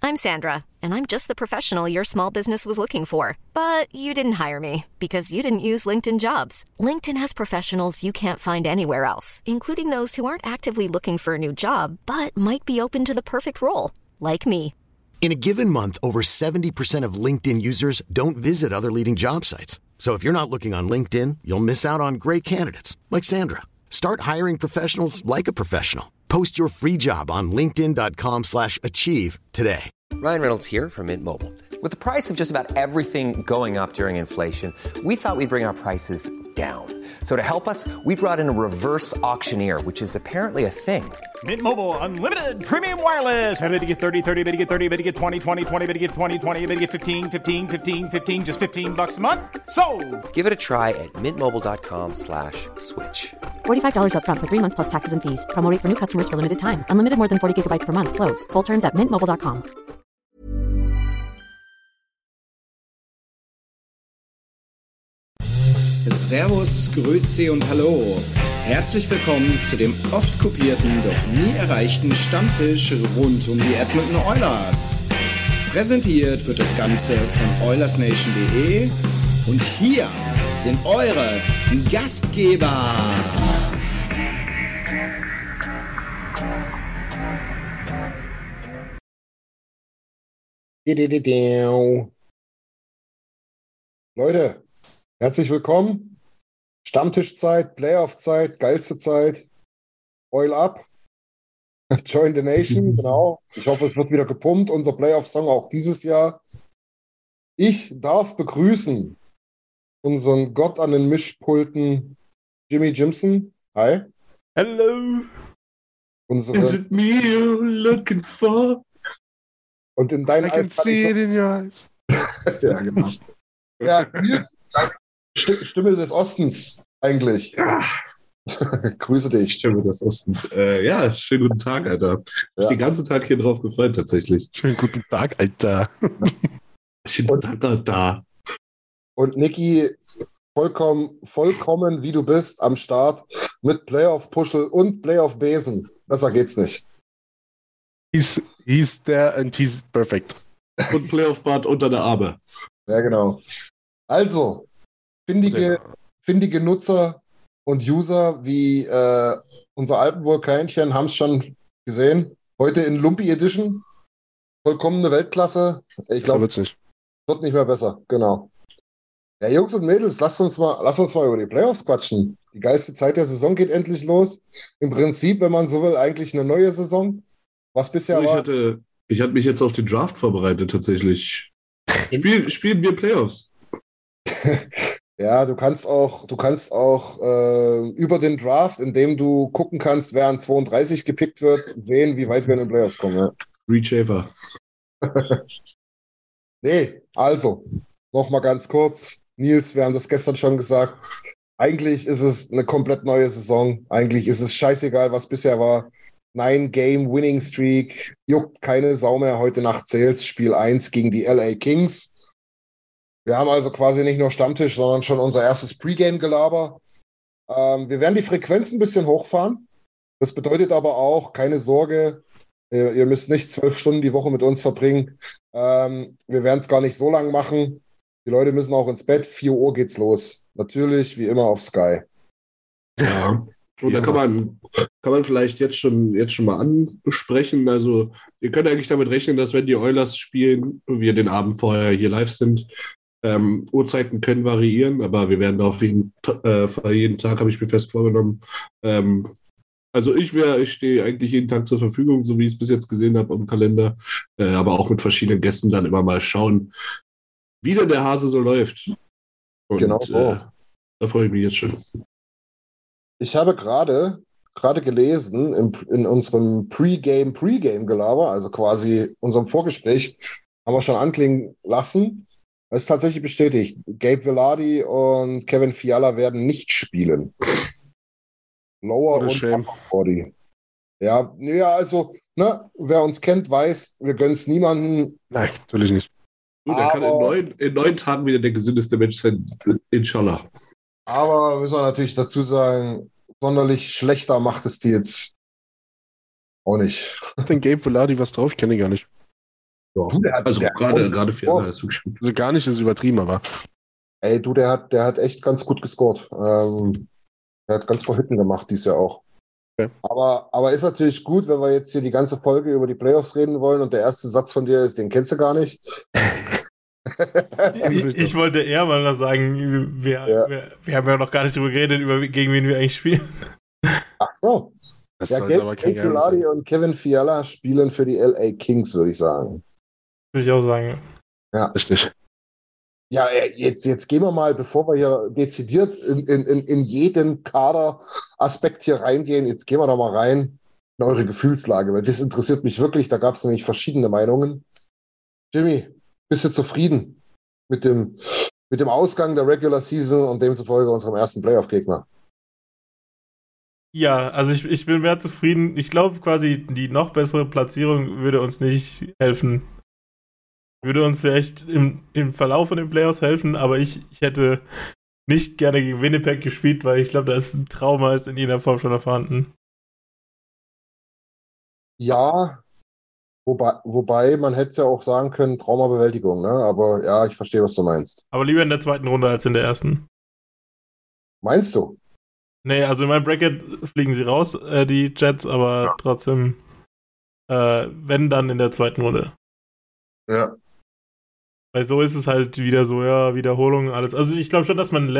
I'm Sandra, and I'm just the professional your small business was looking for. But you didn't hire me because you didn't use LinkedIn Jobs. LinkedIn has professionals you can't find anywhere else, including those who aren't actively looking for a new job, but might be open to the perfect role, like me. In a given month, over 70% of LinkedIn users don't visit other leading job sites. So if you're not looking on LinkedIn, you'll miss out on great candidates like Sandra. Start hiring professionals like a professional. Post your free job on linkedin.com/achieve today. Ryan Reynolds here from Mint Mobile. With the price of just about everything going up during inflation, we thought we'd bring our prices down. So to help us, we brought in a reverse auctioneer, which is apparently a thing. Mint Mobile Unlimited Premium Wireless. How to get 30, 30, how to get 30, how to get 20, 20, 20, how to get 20, 20, how to get 15, 15, 15, 15, just $15 a month? Sold! Give it a try at mintmobile.com/switch. $45 up front for 3 months plus taxes and fees. Promo rate for new customers for limited time. Unlimited more than 40 gigabytes per month. Slows full terms at mintmobile.com. Servus, Grüezi und Hallo. Herzlich willkommen zu dem oft kopierten, doch nie erreichten Stammtisch rund um die Edmonton Oilers. Präsentiert wird das Ganze von OilersNation.de und hier sind eure Gastgeber. Leute, herzlich willkommen. Stammtischzeit, Playoff-Zeit, geilste Zeit. Oil up. Join the Nation, genau. Ich hoffe, es wird wieder gepumpt. Unser Playoff-Song auch dieses Jahr. Ich darf begrüßen unseren Gott an den Mischpulten, Jimmy Jimson. Hi. Hello. Is it me you're looking for? Und in deinen I can see it in your eyes. Ja, genau. Ja, Stimme des Ostens eigentlich. Ja. Grüße dich. Stimme des Ostens. Ja, schönen guten Tag, Alter. Ich Ja. bin den ganzen Tag hier drauf gefreut, tatsächlich. Schönen guten Tag, Alter. Schönen guten Tag, Alter. Und Niki, vollkommen wie du bist, am Start mit Playoff-Puschel und Playoff-Besen. Besser geht's nicht. He's there and he's perfect. Und Playoff-Bart unter der Arme. Ja, genau. Also, findige Nutzer und User wie unser Alpenvulkanchen haben es schon gesehen. Heute in Lumpy Edition. Vollkommene Weltklasse. Ich glaube, So witzig. wird nicht mehr besser. Genau. Ja, Jungs und Mädels, lasst uns mal über die Playoffs quatschen. Die geilste Zeit der Saison geht endlich los. Im Prinzip, wenn man so will, eigentlich eine neue Saison. Was bisher So, war. ich hatte mich jetzt auf den Draft vorbereitet, tatsächlich. Spielen wir Playoffs? Ja, du kannst auch über den Draft, indem du gucken kannst, wer an 32 gepickt wird, sehen, wie weit wir in den Playoffs kommen. Ja. Reed Schaefer. Nee, also, nochmal ganz kurz. Nils, wir haben das gestern schon gesagt. Eigentlich ist es eine komplett neue Saison. Eigentlich ist es scheißegal, was bisher war. 9-Game-Winning-Streak. Juckt keine Sau mehr. Heute Nacht zählt's. Spiel 1 gegen die LA Kings. Wir haben also quasi nicht nur Stammtisch, sondern schon unser erstes Pre-Game-Gelaber. Wir werden die Frequenz ein bisschen hochfahren. Das bedeutet aber auch, keine Sorge, ihr müsst nicht 12 Stunden die Woche mit uns verbringen. Wir werden es gar nicht so lang machen. Die Leute müssen auch ins Bett. 4 Uhr geht's los. Natürlich, wie immer, auf Sky. Ja. Und da kann man vielleicht jetzt schon mal ansprechen. Also, ihr könnt eigentlich damit rechnen, dass wenn die Oilers spielen, wir den Abend vorher hier live sind. Uhrzeiten können variieren, aber wir werden auf jeden Tag, habe ich mir fest vorgenommen. Also ich stehe eigentlich jeden Tag zur Verfügung, so wie ich es bis jetzt gesehen habe im Kalender, aber auch mit verschiedenen Gästen dann immer mal schauen, wie denn der Hase so läuft. Und Genau so. Da freue ich mich jetzt schon. Ich habe gerade gelesen in unserem Pre-Game-Gelaber, also quasi unserem Vorgespräch, haben wir schon anklingen lassen. Es ist tatsächlich bestätigt. Gabe Vilardi und Kevin Fiala werden nicht spielen. Lower und Upper Body. Ja, also, wer uns kennt, weiß, wir gönnen es niemandem. Nein, natürlich nicht. Und er kann in 9 Tagen wieder der gesündeste Mensch sein, inshallah. Aber müssen wir natürlich dazu sagen, sonderlich schlechter macht es die jetzt auch nicht. Hat denn Gabe Vilardi was drauf? Ich kenne ihn gar nicht. Ja. Also gerade Fiala ist wirklich gut. Also gar nicht ist übertrieben, aber. Ey, du, der hat echt ganz gut gescored. Der hat ganz paar Hütten gemacht dieses Jahr auch. Okay. Aber ist natürlich gut, wenn wir jetzt hier die ganze Folge über die Playoffs reden wollen und der erste Satz von dir ist, den kennst du gar nicht. Ich wollte eher mal noch sagen, wir haben ja noch gar nicht drüber geredet, gegen wen wir eigentlich spielen. Ach so. Das Ja, sollte aber kein Gabe Geheimnis Vilardi sein. und Kevin Fiala spielen für die LA Kings, würde ich sagen. Würde ich auch sagen. Ja. Richtig. Ja, jetzt gehen wir mal, bevor wir hier dezidiert in jeden Kader-Aspekt hier reingehen, jetzt gehen wir da mal rein in eure Gefühlslage, weil das interessiert mich wirklich. Da gab es nämlich verschiedene Meinungen. Jimmy, bist du zufrieden mit dem Ausgang der Regular Season und demzufolge unserem ersten Playoff-Gegner? Ja, also ich bin mehr zufrieden. Ich glaube quasi, die noch bessere Platzierung würde uns nicht helfen. Würde uns vielleicht im Verlauf von den Playoffs helfen, aber ich hätte nicht gerne gegen Winnipeg gespielt, weil ich glaube, da ist ein Trauma in jeder Form schon noch vorhanden. Ja, wobei man hätte es ja auch sagen können, Traumabewältigung, ne? Aber ja, ich verstehe, was du meinst. Aber lieber in der zweiten Runde als in der ersten. Meinst du? Nee, also in meinem Bracket fliegen sie raus, die Jets, aber trotzdem, wenn, dann in der zweiten Runde. Ja. Weil so ist es halt wieder so, ja, Wiederholung, alles. Also ich glaube schon, dass man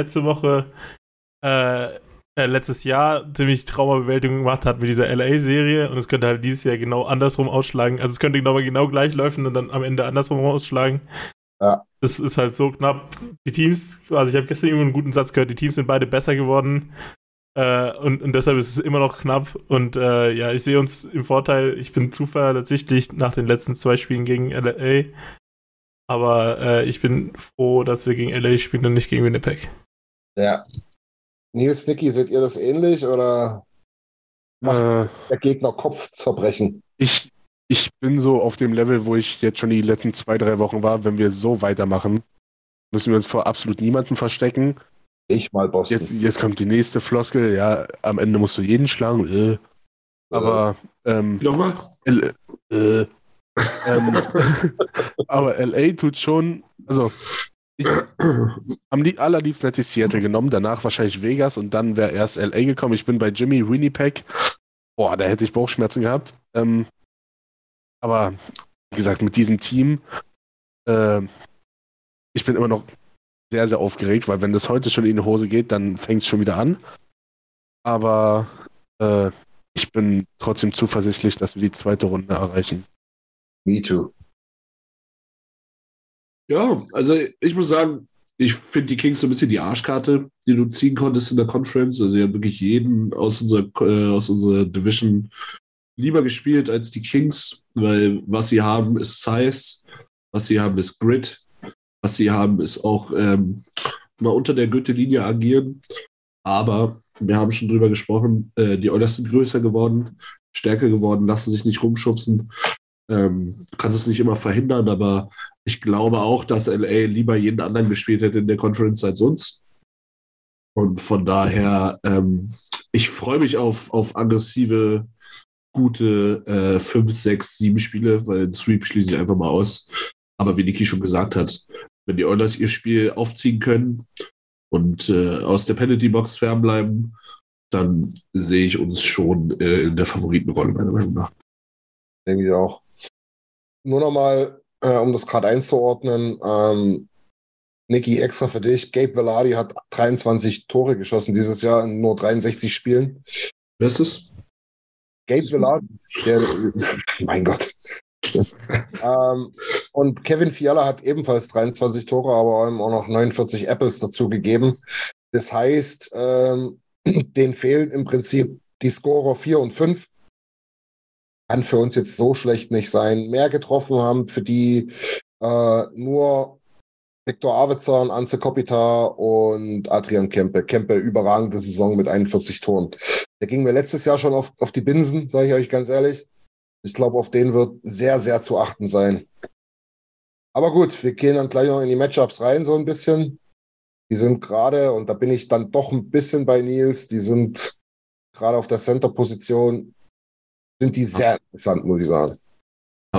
letztes Jahr ziemlich Traumabewältigung gemacht hat mit dieser LA-Serie und es könnte halt dieses Jahr genau andersrum ausschlagen. Also es könnte genau gleich laufen und dann am Ende andersrum ausschlagen. Ja. Das ist halt so knapp. Die Teams, also ich habe gestern immer einen guten Satz gehört, die Teams sind beide besser geworden und deshalb ist es immer noch knapp und ja, ich sehe uns im Vorteil. Ich bin zuversichtlich nach den letzten 2 Spielen gegen LA, aber ich bin froh, dass wir gegen LA spielen und nicht gegen Winnipeg. Ja. Nils, Nicky, seht ihr das ähnlich oder macht der Gegner Kopfzerbrechen? Ich bin so auf dem Level, wo ich jetzt schon die letzten 2-3 Wochen war. Wenn wir so weitermachen, müssen wir uns vor absolut niemandem verstecken. Ich mal Boston. Jetzt kommt die nächste Floskel. Ja, am Ende musst du jeden schlagen. Aber Nochmal? aber LA tut schon, also am allerliebsten hätte ich Seattle genommen, danach wahrscheinlich Vegas und dann wäre erst LA gekommen. Ich bin bei Jimmy Winnipeg. Boah, da hätte ich Bauchschmerzen gehabt. Aber wie gesagt, mit diesem Team, ich bin immer noch sehr, sehr aufgeregt, weil wenn das heute schon in die Hose geht, dann fängt es schon wieder an. Aber ich bin trotzdem zuversichtlich, dass wir die zweite Runde erreichen. Me too. Ja, also ich muss sagen, ich finde die Kings so ein bisschen die Arschkarte, die du ziehen konntest in der Conference. Also ja wirklich jeden aus unserer Division lieber gespielt als die Kings, weil was sie haben ist Size, was sie haben ist Grit, was sie haben ist auch mal unter der Gürtellinie agieren. Aber wir haben schon drüber gesprochen, die Oilers sind größer geworden, stärker geworden, lassen sich nicht rumschubsen. Du kannst es nicht immer verhindern, aber ich glaube auch, dass LA lieber jeden anderen gespielt hätte in der Conference als uns. Und von daher, ich freue mich auf aggressive, gute 5, 6, 7 Spiele, weil ein Sweep schließe ich einfach mal aus. Aber wie Niki schon gesagt hat, wenn die Oilers ihr Spiel aufziehen können und aus der Penalty-Box fernbleiben, dann sehe ich uns schon in der Favoritenrolle, meiner Meinung nach. Denke ich auch. Nur nochmal, um das gerade einzuordnen, Niki, extra für dich. Gabe Vilardi hat 23 Tore geschossen dieses Jahr in nur 63 Spielen. Wer ist es? Gabe Vilardi, mein Gott. Und Kevin Fiala hat ebenfalls 23 Tore, aber ihm auch noch 49 Apples dazu gegeben. Das heißt, denen fehlen im Prinzip die Scorer 4 und 5. Kann für uns jetzt so schlecht nicht sein. Mehr getroffen haben für die nur Viktor Arvidsson, Anze Kopitar und Adrian Kempe. Kempe überragende Saison mit 41 Toren. Der ging mir letztes Jahr schon auf die Binsen, sage ich euch ganz ehrlich. Ich glaube, auf den wird sehr, sehr zu achten sein. Aber gut, wir gehen dann gleich noch in die Matchups rein so ein bisschen. Die sind gerade, und da bin ich dann doch ein bisschen bei Nils, die sind gerade auf der Center-Position, sind die sehr interessant, muss ich sagen.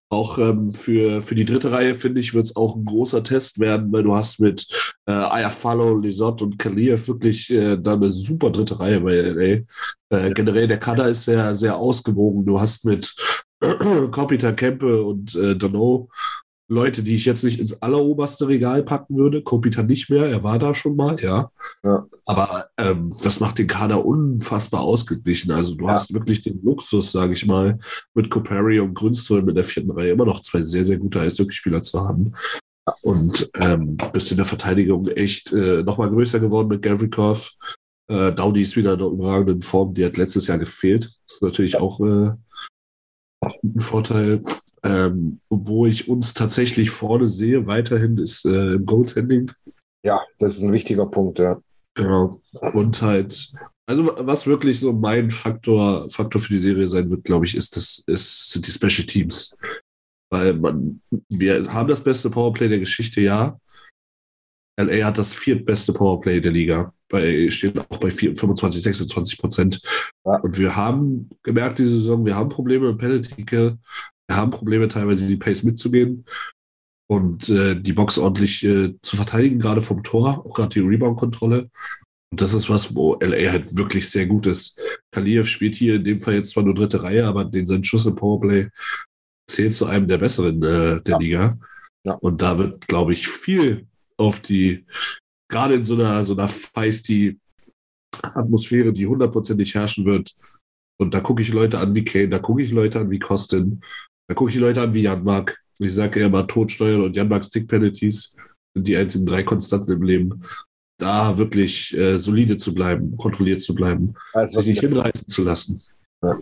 Auch für die dritte Reihe, finde ich, wird es auch ein großer Test werden, weil du hast mit Iafallo, Lizotte und Kaliev wirklich da eine super dritte Reihe bei LA. Generell, der Kader ist sehr, sehr ausgewogen. Du hast mit Kopitar, Kempe und Dono Leute, die ich jetzt nicht ins alleroberste Regal packen würde. Kopitar nicht mehr, er war da schon mal, ja. Aber das macht den Kader unfassbar ausgeglichen. Also du hast wirklich den Luxus, sage ich mal, mit Kupari und Grünström in der vierten Reihe immer noch zwei sehr, sehr gute Eishockeyspieler zu haben. Und bist in der Verteidigung echt nochmal größer geworden mit Gavrikov. Dowdy ist wieder in einer überragenden Form, die hat letztes Jahr gefehlt. Das ist natürlich auch ein Vorteil. Wo ich uns tatsächlich vorne sehe, weiterhin ist im Goaltending. Ja, das ist ein wichtiger Punkt, ja. Genau. Und halt, also was wirklich so mein Faktor für die Serie sein wird, glaube ich, sind die Special Teams. Weil wir haben das beste Powerplay der Geschichte, ja. LA hat das viertbeste Powerplay der Liga. Steht auch bei 25, 26%. Ja. Und wir haben gemerkt diese Saison, wir haben Probleme mit Penalty Kill. Wir haben Probleme, teilweise die Pace mitzugehen und die Box ordentlich zu verteidigen, gerade vom Tor, auch gerade die Rebound-Kontrolle. Und das ist was, wo LA halt wirklich sehr gut ist. Kaliev spielt hier in dem Fall jetzt zwar nur dritte Reihe, aber sein Schuss im Powerplay zählt zu einem der besseren der Liga. Ja. Und da wird, glaube ich, viel auf die, gerade in so einer feisty Atmosphäre, die hundertprozentig herrschen wird. Und da gucke ich Leute an wie Kane, da gucke ich Leute an wie Kostin, da gucke ich Leute an wie Janmark. Ich sage ja immer, Totsteuern und Janmarks Stick-Penalties sind die einzigen 3 Konstanten im Leben. Da wirklich solide zu bleiben, kontrolliert zu bleiben, also sich nicht hinreißen zu lassen. Ja.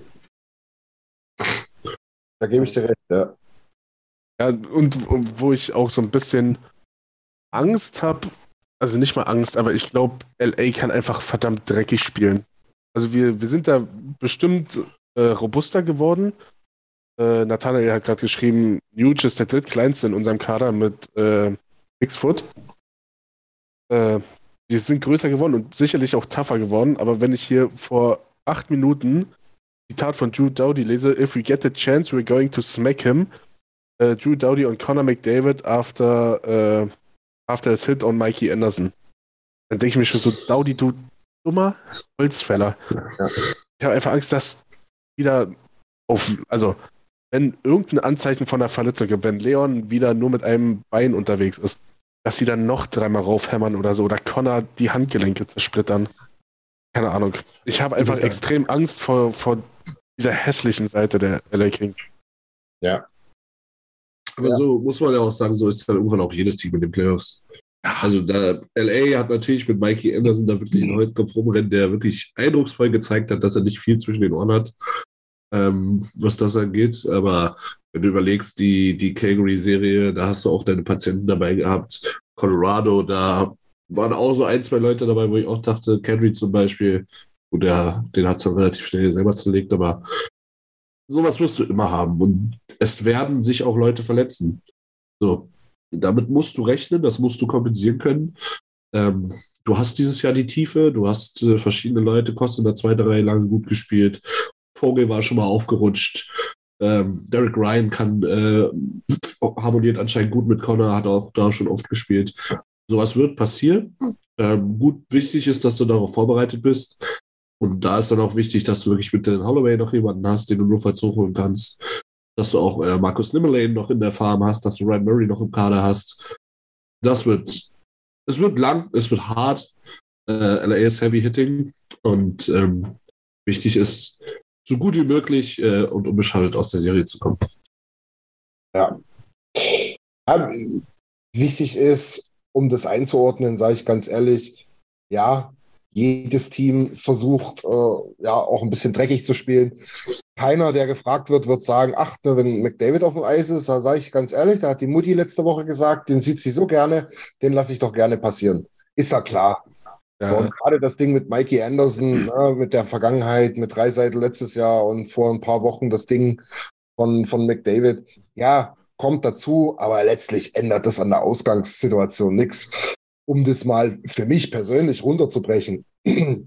Da gebe ich dir recht, ja. Ja, und wo ich auch so ein bisschen Angst habe, also nicht mal Angst, aber ich glaube, LA kann einfach verdammt dreckig spielen. Also wir sind da bestimmt robuster geworden. Nathanael hat gerade geschrieben, Nuge ist der drittkleinste in unserem Kader mit 6 Foot. Wir sind größer geworden und sicherlich auch tougher geworden, aber wenn ich hier vor 8 Minuten Zitat von Drew Doughty lese, if we get the chance, we're going to smack him. Drew Doughty und Connor McDavid after his hit on Mikey Anderson. Dann denke ich mir schon so, Doughty, du dummer Holzfäller. Ja. Ich habe einfach Angst, dass wieder also wenn irgendein Anzeichen von einer Verletzung gibt, wenn Leon wieder nur mit einem Bein unterwegs ist, dass sie dann noch 3-mal raufhämmern oder so, oder Connor die Handgelenke zersplittern. Keine Ahnung. Ich habe einfach extrem Angst vor dieser hässlichen Seite der LA Kings. Ja. Aber so muss man ja auch sagen, so ist dann irgendwann auch jedes Team in den Playoffs. Also da LA hat natürlich mit Mikey Anderson da wirklich einen Holzkopf rumrennen, der wirklich eindrucksvoll gezeigt hat, dass er nicht viel zwischen den Ohren hat, was das angeht. Aber wenn du überlegst, die Calgary-Serie, da hast du auch deine Patienten dabei gehabt. Colorado, da waren auch so 1, 2 Leute dabei, wo ich auch dachte, Kadri zum Beispiel, den hat es dann relativ schnell selber zerlegt, aber sowas wirst du immer haben. Und es werden sich auch Leute verletzen. So. Damit musst du rechnen, das musst du kompensieren können. Du hast dieses Jahr die Tiefe, du hast verschiedene Leute, Kost in der zweiten Reihe lange gut gespielt. Vogel war schon mal aufgerutscht. Derek Ryan harmoniert anscheinend gut mit Connor, hat auch da schon oft gespielt. Sowas wird passieren. Gut, wichtig ist, dass du darauf vorbereitet bist. Und da ist dann auch wichtig, dass du wirklich mit Dan Holloway noch jemanden hast, den du nur hochholen kannst. Dass du auch Marcus Nimmerlane noch in der Farm hast, dass du Ryan Murray noch im Kader hast. Es wird lang, es wird hart. LA ist Heavy Hitting und wichtig ist, so gut wie möglich und unbeschadet aus der Serie zu kommen. Ja. Wichtig ist, um das einzuordnen, sage ich ganz ehrlich, ja, jedes Team versucht, auch ein bisschen dreckig zu spielen. Keiner, der gefragt wird sagen, ach, ne, wenn McDavid auf dem Eis ist, da sage ich ganz ehrlich, da hat die Mutti letzte Woche gesagt, den sieht sie so gerne, den lasse ich doch gerne passieren. Ist ja klar. Ja. So, und gerade das Ding mit Mikey Anderson, mit der Vergangenheit, mit Draisaitl letztes Jahr und vor ein paar Wochen das Ding von McDavid, ja, kommt dazu, aber letztlich ändert das an der Ausgangssituation nichts. Um das mal für mich persönlich runterzubrechen. Wir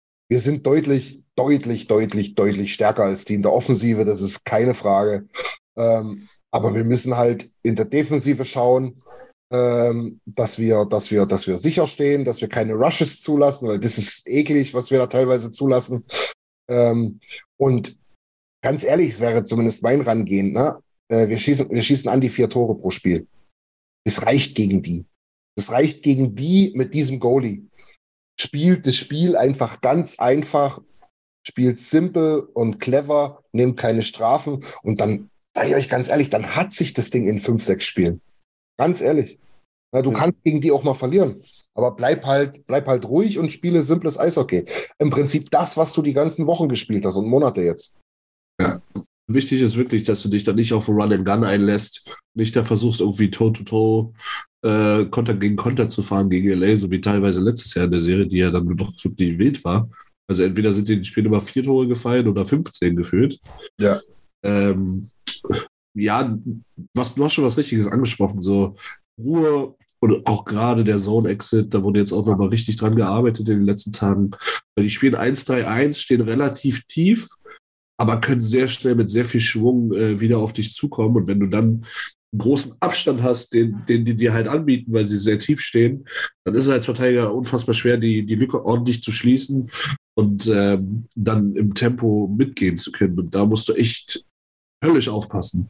sind deutlich stärker als die in der Offensive, das ist keine Frage. Aber wir müssen halt in der Defensive schauen, dass wir sicher stehen, dass wir keine Rushes zulassen, weil das ist eklig, was wir da teilweise zulassen. Und ganz ehrlich, es wäre zumindest mein Rangehen, ne? Wir schießen an die 4 Tore pro Spiel. Das reicht gegen die. Das reicht gegen die mit diesem Goalie. Spielt das Spiel einfach ganz einfach, spielt simpel und clever, nehmt keine Strafen und dann, sage ich euch ganz ehrlich, dann hat sich das Ding in 5, 6 Spielen. Ganz ehrlich. Ja, du kannst gegen die auch mal verlieren, aber bleib halt ruhig und spiele simples Eishockey. Im Prinzip das, was du die ganzen Wochen gespielt hast und Monate jetzt. Ja. Wichtig ist wirklich, dass du dich da nicht auf Run and Gun einlässt, nicht da versuchst, irgendwie Toe-to-Toe Konter gegen Konter zu fahren gegen LA, so wie teilweise letztes Jahr in der Serie, die ja dann doch wirklich wild war. Also entweder sind in den Spielen immer 4 Tore gefallen oder 15 gefühlt. Ja. Ja, du hast schon was Richtiges angesprochen, so Ruhe und auch gerade der Zone-Exit, da wurde jetzt auch nochmal richtig dran gearbeitet in den letzten Tagen. Weil die spielen 1-3-1, stehen relativ tief, aber können sehr schnell mit sehr viel Schwung wieder auf dich zukommen. Und wenn du dann einen großen Abstand hast, den die dir halt anbieten, weil sie sehr tief stehen, dann ist es als Verteidiger unfassbar schwer, die Lücke ordentlich zu schließen und dann im Tempo mitgehen zu können. Und da musst du echt höllisch aufpassen.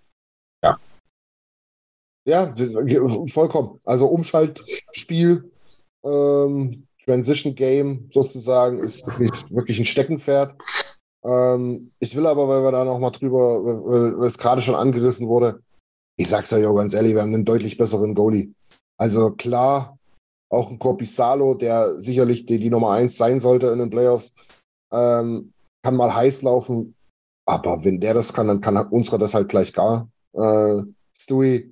Ja, vollkommen. Also Umschaltspiel, Transition Game sozusagen ist wirklich ein Steckenpferd. Ich will aber, weil wir da nochmal drüber, weil es gerade schon angerissen wurde, ich sag's euch auch ganz ehrlich, wir haben einen deutlich besseren Goalie. Also klar, auch ein Korpisalo, der sicherlich die Nummer 1 sein sollte in den Playoffs, kann mal heiß laufen, aber wenn der das kann, dann kann unserer das halt gleich gar. Stewie,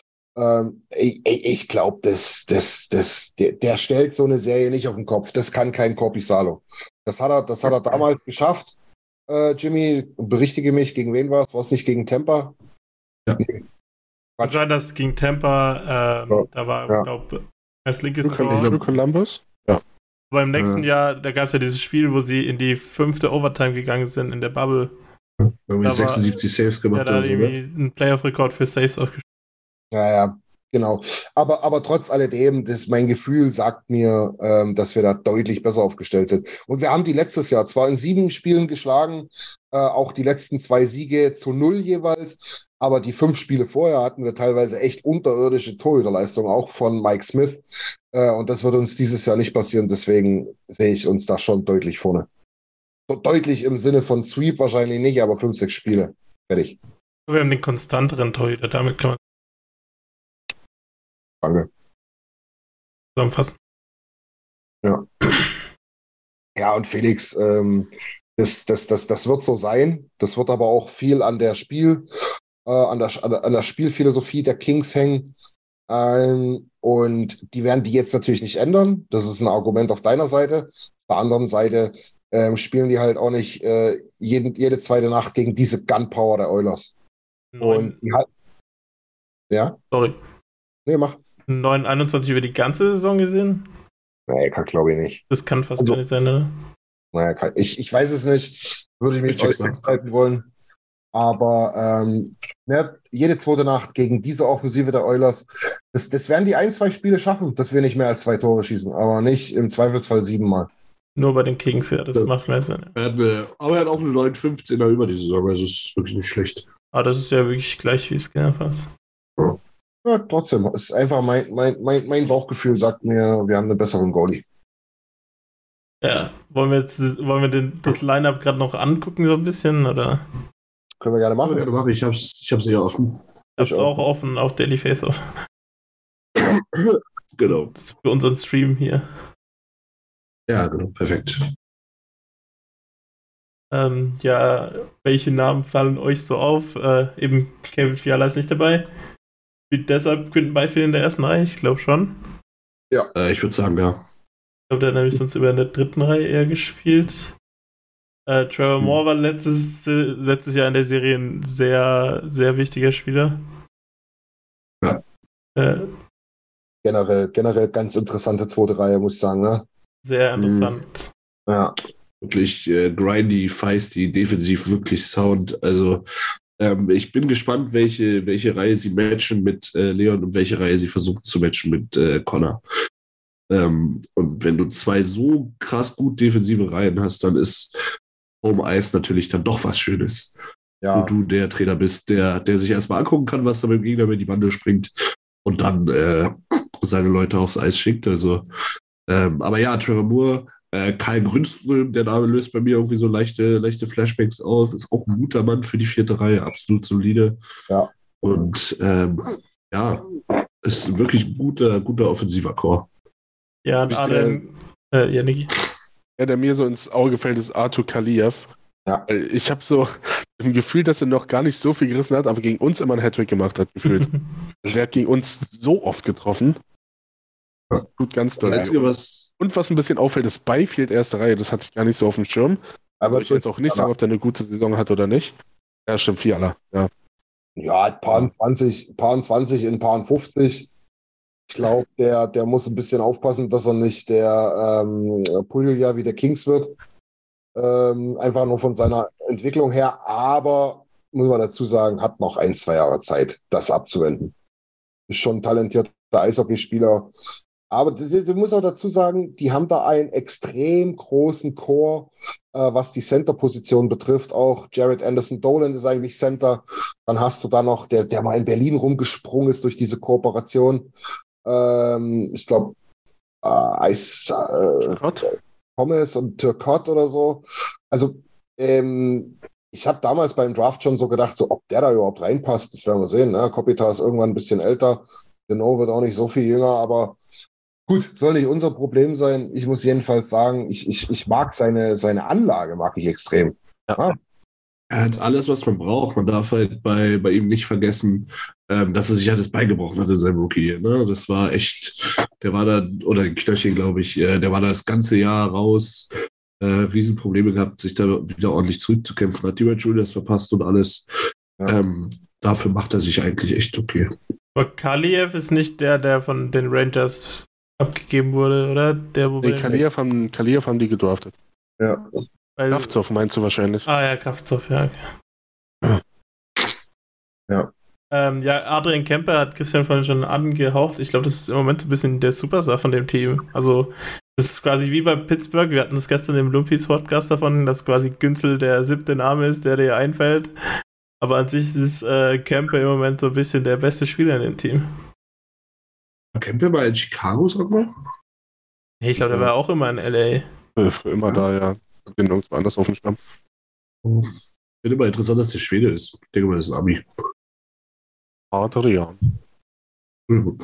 ich glaube, der stellt so eine Serie nicht auf den Kopf. Das kann kein Korpisalo. Das hat er damals geschafft. Jimmy, berichtige mich, gegen wen war es? War es nicht gegen Tampa? Ja. Kann das gegen Tampa, da war, ich glaube, als linkes Tor. Columbus? Ja. Aber im nächsten Jahr, da gab es ja dieses Spiel, wo sie in die 5. Overtime gegangen sind, in der Bubble. Irgendwie 76 Saves gemacht. Ja, da hat irgendwie einen Playoff-Rekord für Saves ausgespielt. Ja, genau. Aber trotz alledem, mein Gefühl sagt mir, dass wir da deutlich besser aufgestellt sind. Und wir haben die letztes Jahr zwar in 7 Spielen geschlagen, auch die letzten 2 Siege zu 0 jeweils, aber die 5 Spiele vorher hatten wir teilweise echt unterirdische Torhüterleistungen, auch von Mike Smith. Und das wird uns dieses Jahr nicht passieren, deswegen sehe ich uns da schon deutlich vorne. So deutlich im Sinne von Sweep wahrscheinlich nicht, aber 5, 6 Spiele. Fertig. Wir haben den konstanteren Torhüter, damit kann man Danke. zusammenfassen. Ja. Ja, und Felix, das wird so sein. Das wird aber auch viel an der an der Spielphilosophie der Kings hängen. Und die werden die jetzt natürlich nicht ändern. Das ist ein Argument auf deiner Seite. Auf der anderen Seite spielen die halt auch nicht jede zweite Nacht gegen diese Gunpower der Oilers. Und die halt. Ja? Sorry. Nee, mach. 9-21 über die ganze Saison gesehen? Nee, glaube ich nicht. Das kann fast gar nicht sein, oder? Naja, ich weiß es nicht. Würde ich mich euch festhalten wollen. Aber jede zweite Nacht gegen diese Offensive der Oilers, das werden die 1, 2 Spiele schaffen, dass wir nicht mehr als 2 Tore schießen. Aber nicht im Zweifelsfall 7 Mal. Nur bei den Kings, ja, das macht mehr Sinn. Aber er hat auch eine 9-15er über die Saison, also ist wirklich nicht schlecht. Ah, das ist ja wirklich gleich wie es genau fast. Ja, trotzdem, es ist einfach mein Bauchgefühl sagt mir, wir haben einen besseren Goalie. Ja, wollen wir das Line-Up gerade noch angucken, so ein bisschen, oder? Können wir gerne machen. Ja, ich hab's hier offen. Ich hab's auch offen auf Daily Face-Off. Genau. Das ist für unseren Stream hier. Ja, genau, perfekt. Ja, welche Namen fallen euch so auf? Eben Kevin Fiala ist nicht dabei. Deshalb könnten beide in der ersten Reihe, ich glaube schon. Ja. Ich würde sagen, ja. Ich glaube, der hat nämlich sonst über in der 3. Reihe eher gespielt. Trevor Moore war letztes Jahr in der Serie ein sehr, sehr wichtiger Spieler. Ja. Generell ganz interessante 2. Reihe, muss ich sagen, ne? Sehr interessant. Ja. Wirklich grindy, feisty, defensiv wirklich sound. Also Ich bin gespannt, welche Reihe sie matchen mit Leon und welche Reihe sie versuchen zu matchen mit Connor. Und wenn du 2 so krass gut defensive Reihen hast, dann ist Home Ice natürlich dann doch was Schönes. Ja. Wo du der Trainer bist, der sich erstmal angucken kann, was da mit dem Gegner mit die Bande springt und dann seine Leute aufs Eis schickt. Also, aber ja, Trevor Moore, Karl Grünström, der Name löst bei mir irgendwie so leichte Flashbacks auf. Ist auch ein guter Mann für die 4. Reihe, absolut solide. Ja. Und ist wirklich ein guter offensiver Core. Ja, und Adrian, Niki. Ja, der mir so ins Auge fällt, ist Artur Kaliev. Ja. Ich habe so im Gefühl, dass er noch gar nicht so viel gerissen hat, aber gegen uns immer einen Hattrick gemacht hat, gefühlt. Also der hat gegen uns so oft getroffen. Tut ganz doll. Und was ein bisschen auffällt, ist Byfield 1. Reihe. Das hatte ich gar nicht so auf dem Schirm. Aber ich jetzt auch nicht sagen, ob der eine gute Saison hat oder nicht. Ja, stimmt, Fiala. Ja, Paar 20 in Paar 50. Ich glaube, der muss ein bisschen aufpassen, dass er nicht der Pulja wie der Kings wird. Einfach nur von seiner Entwicklung her. Aber, muss man dazu sagen, hat noch 1-2 Jahre Zeit, das abzuwenden. Ist schon ein talentierter Eishockeyspieler. Aber du musst auch dazu sagen, die haben da einen extrem großen Core, was die Center-Position betrifft. Auch Jared Anderson-Dolan ist eigentlich Center. Dann hast du da noch, der mal in Berlin rumgesprungen ist durch diese Kooperation. Ich glaube, Thomas und Turcotte oder so. Also, ich habe damals beim Draft schon so gedacht, so, ob der da überhaupt reinpasst, das werden wir sehen. Ne? Kopitar ist irgendwann ein bisschen älter. Deneau wird auch nicht so viel jünger, aber gut, soll nicht unser Problem sein. Ich muss jedenfalls sagen, ich mag seine Anlage, mag ich extrem. Ja. Er hat alles, was man braucht. Man darf halt bei ihm nicht vergessen, dass er sich halt das beigebrochen hat in seinem Rookie. Ne? Das war echt, der war da, oder Knöchel, glaube ich, der war da das ganze Jahr raus. Riesenprobleme gehabt, sich da wieder ordentlich zurückzukämpfen. Hat die Red Julius verpasst und alles. Ja. Dafür macht er sich eigentlich echt okay. Aber Kaliev ist nicht der von den Rangers abgegeben wurde, oder? Kaliev haben die gedraftet. Ja. Kravtsov meinst du wahrscheinlich. Ah ja, Kravtsov, ja. Ja. Adrian Kemper hat Christian vorhin schon angehaucht. Ich glaube, das ist im Moment so ein bisschen der Superstar von dem Team. Also, das ist quasi wie bei Pittsburgh. Wir hatten das gestern im Lumpis-Podcast davon, dass quasi Günzel der 7. Name ist, der dir einfällt. Aber an sich ist Kemper im Moment so ein bisschen der beste Spieler in dem Team. Kemper mal in Chicago, sag mal? Nee, ich glaube, der war auch immer in L.A. Immer da, ja. Ich bin nirgendwo anders auf dem Stamm. Ich finde immer interessant, dass der Schwede ist. Ich denke mal, das ist ein Ami. Adrian. Gut.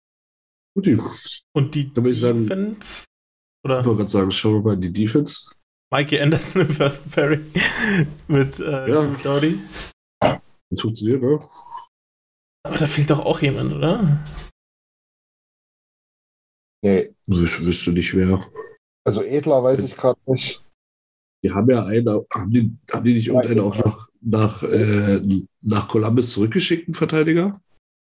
Und die Defense? Oder? Ich wollte gerade sagen, schauen wir mal in die Defense. Mikey Anderson im First Pairing mit Dowdy. Das funktioniert, ne? Aber da fehlt doch auch jemand, oder? Nee. Ich wüsste nicht, wer. Also Edler weiß ich gerade nicht. Die haben ja einen, haben die nicht irgendeinen auch nach Columbus zurückgeschickten Verteidiger?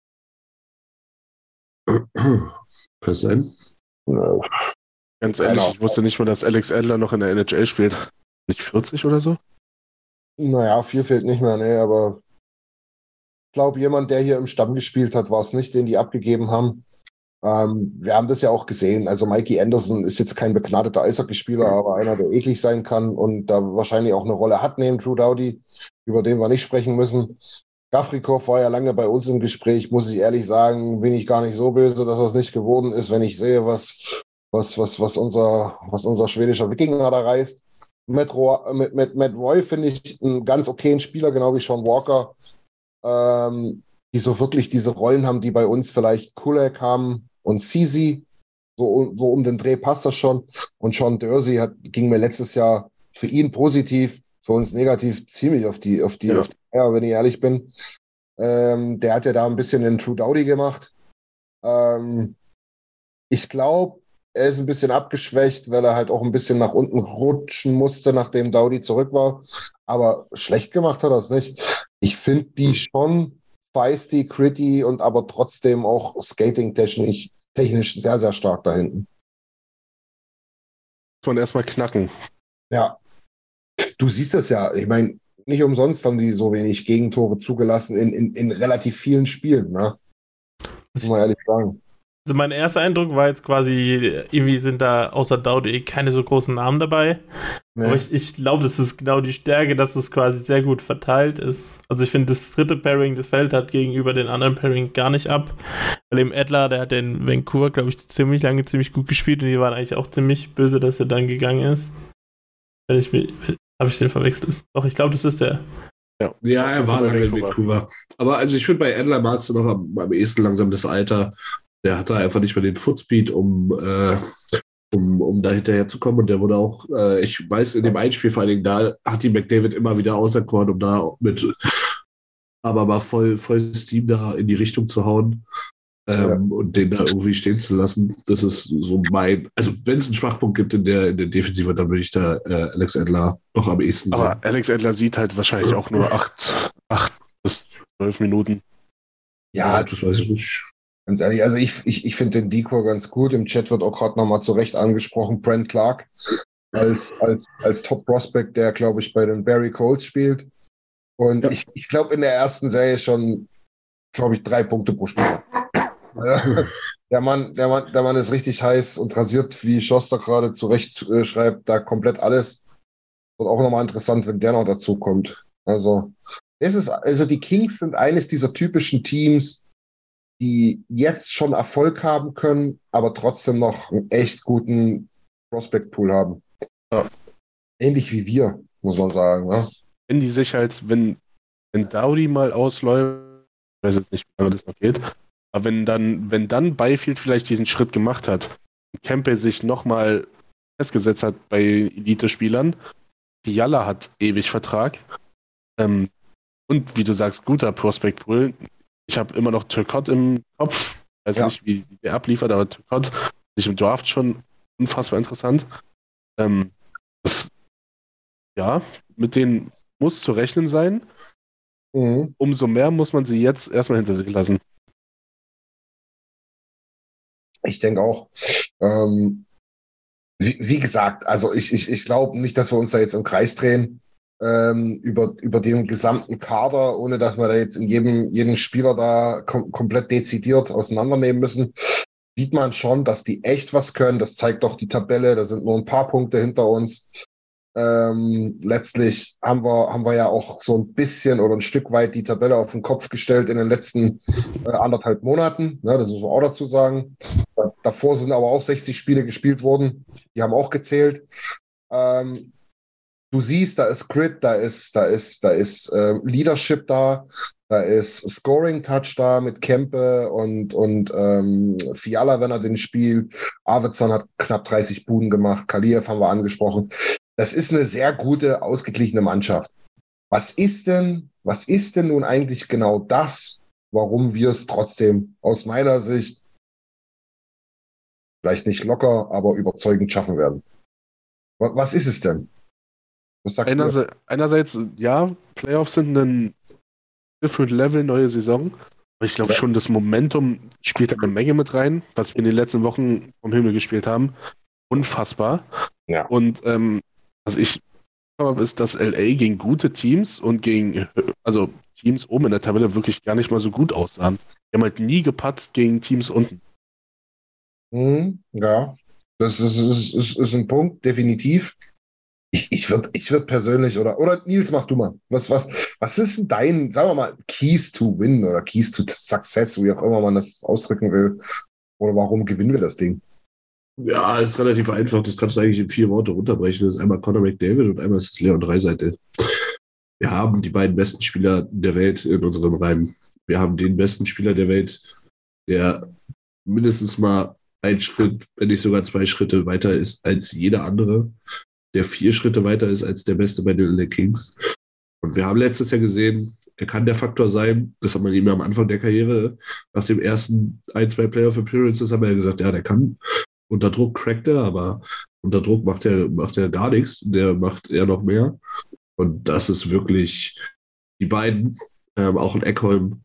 Kann es sein? Ja. Ganz ehrlich, ich wusste nicht mal, dass Alex Adler noch in der NHL spielt. Nicht 40 oder so? Naja, 4 fehlt nicht mehr, nee, aber ich glaube, jemand, der hier im Stamm gespielt hat, war es nicht, den die abgegeben haben. Wir haben das ja auch gesehen. Also Mikey Anderson ist jetzt kein begnadeter Eishockeyspieler, aber einer, der eklig sein kann und da wahrscheinlich auch eine Rolle hat neben Drew Doughty, über den wir nicht sprechen müssen. Gafrikov war ja lange bei uns im Gespräch, muss ich ehrlich sagen, bin ich gar nicht so böse, dass das nicht geworden ist, wenn ich sehe, was unser schwedischer Wikinger da reißt. Matt Roy finde ich einen ganz okayen Spieler, genau wie Sean Walker, die so wirklich diese Rollen haben, die bei uns vielleicht Kulak haben und Ceci. So um den Dreh passt das schon. Und Sean Dursey ging mir letztes Jahr für ihn positiv, für uns negativ ziemlich auf die Eier, wenn ich ehrlich bin. Der hat ja da ein bisschen den True Doughty gemacht. Ich glaube, er ist ein bisschen abgeschwächt, weil er halt auch ein bisschen nach unten rutschen musste, nachdem Doughty zurück war. Aber schlecht gemacht hat er es nicht. Ich finde die schon feisty, gritty und aber trotzdem auch skating-technisch sehr, sehr stark da hinten. Muss man erstmal knacken. Ja. Du siehst das ja. Ich meine, nicht umsonst haben die so wenig Gegentore zugelassen in relativ vielen Spielen, ne? Muss man ehrlich sagen. Also mein erster Eindruck war jetzt quasi, irgendwie sind da außer Dowdy keine so großen Namen dabei. Nee. Aber ich glaube, das ist genau die Stärke, dass es quasi sehr gut verteilt ist. Also ich finde, das dritte Pairing, das fällt halt gegenüber den anderen Pairing gar nicht ab. Weil eben Edler, der hat in Vancouver, glaube ich, ziemlich lange ziemlich gut gespielt und die waren eigentlich auch ziemlich böse, dass er dann gegangen ist. Habe ich den verwechselt? Doch, ich glaube, das ist der. Ja, er war lange in Vancouver. Aber also ich finde, bei Edler magst du noch am ehesten langsam das Alter. Der hatte einfach nicht mehr den Footspeed, um da hinterher zu kommen. Und der wurde auch, ich weiß, in dem Einspiel vor allen Dingen, da hat die McDavid immer wieder auserkoren, um da aber mal voll Steam da in die Richtung zu hauen und den da irgendwie stehen zu lassen. Das ist so also wenn es einen Schwachpunkt gibt in der Defensive, dann würde ich da Alex Edler noch am ehesten sehen. Aber Alex Edler sieht halt wahrscheinlich auch nur 8 bis 12 Minuten. Ja, das weiß ich nicht. Ganz ehrlich, also ich finde den Decor ganz gut. Im Chat wird auch gerade nochmal zu Recht angesprochen, Brent Clark als Top-Prospect, der, glaube ich, bei den Barrie Colts spielt. Und ich glaube, in der ersten Serie schon, glaube ich, 3 Punkte pro Spieler. Der Mann ist richtig heiß und rasiert, wie Schoster gerade zu Recht schreibt, da komplett alles. Wird auch nochmal interessant, wenn der noch dazu kommt. Also die Kings sind eines dieser typischen Teams, die jetzt schon Erfolg haben können, aber trotzdem noch einen echt guten Prospect-Pool haben. Ja. Ähnlich wie wir, muss man sagen. Ne? Wenn die sich halt, wenn Dowdy mal ausläuft, ich weiß jetzt nicht, wie lange das noch geht, aber wenn dann Byfield vielleicht diesen Schritt gemacht hat und Campbell sich nochmal festgesetzt hat bei Elite-Spielern, Fiala hat ewig Vertrag und wie du sagst, guter Prospect-Pool. Ich habe immer noch Turcotte im Kopf. Weiß nicht, wie der abliefert, aber Turcotte sich im Draft schon unfassbar interessant. Mit denen muss zu rechnen sein. Mhm. Umso mehr muss man sie jetzt erstmal hinter sich lassen. Ich denke auch. Wie gesagt, also ich glaube nicht, dass wir uns da jetzt im Kreis drehen. Über den gesamten Kader, ohne dass wir da jetzt in jedem Spieler da komplett dezidiert auseinandernehmen müssen, sieht man schon, dass die echt was können. Das zeigt doch die Tabelle, da sind nur ein paar Punkte hinter uns. Letztlich haben wir ja auch so ein bisschen oder ein Stück weit die Tabelle auf den Kopf gestellt in den letzten 1,5 Monaten. Ne, das muss man auch dazu sagen. Davor sind aber auch 60 Spiele gespielt worden. Die haben auch gezählt. Du siehst, da ist Grit, da ist Leadership da ist Scoring-Touch da mit Kempe und Fiala, wenn er den spielt. Arvidsson hat knapp 30 Buden gemacht, Kaliev haben wir angesprochen. Das ist eine sehr gute, ausgeglichene Mannschaft. Was ist denn nun eigentlich genau das, warum wir es trotzdem aus meiner Sicht vielleicht nicht locker, aber überzeugend schaffen werden? Was ist es denn? Einerseits, ja, Playoffs sind ein different Level, neue Saison. Aber ich glaube schon, das Momentum spielt da eine Menge mit rein, was wir in den letzten Wochen vom Himmel gespielt haben. Unfassbar. Ja. Und was ich habe, ist, dass LA gegen gute Teams und gegen Teams oben in der Tabelle wirklich gar nicht mal so gut aussahen. Die haben halt nie gepatzt gegen Teams unten. Ja, das ist ein Punkt, definitiv. Ich würd persönlich, oder Nils, mach du mal. Was ist denn dein, sagen wir mal, Keys to Win oder Keys to Success, wie auch immer man das ausdrücken will? Oder warum gewinnen wir das Ding? Ja, ist relativ einfach. Das kannst du eigentlich in 4 Worte runterbrechen. Das ist einmal Connor McDavid und einmal ist es Leon Draisaitl. Wir haben die beiden besten Spieler der Welt in unseren Reihen. Wir haben den besten Spieler der Welt, der mindestens mal 1 Schritt, wenn nicht sogar 2 Schritte weiter ist als jeder andere, der 4 Schritte weiter ist als der Beste bei den LA Kings. Und wir haben letztes Jahr gesehen, er kann der Faktor sein. Das hat man ihm am Anfang der Karriere, nach dem ersten 1-2 Playoff-Appearances, haben wir ja gesagt, ja, der kann. Unter Druck crackt er, aber unter Druck macht er gar nichts. Der macht eher noch mehr. Und das ist wirklich die beiden, auch ein Ekholm,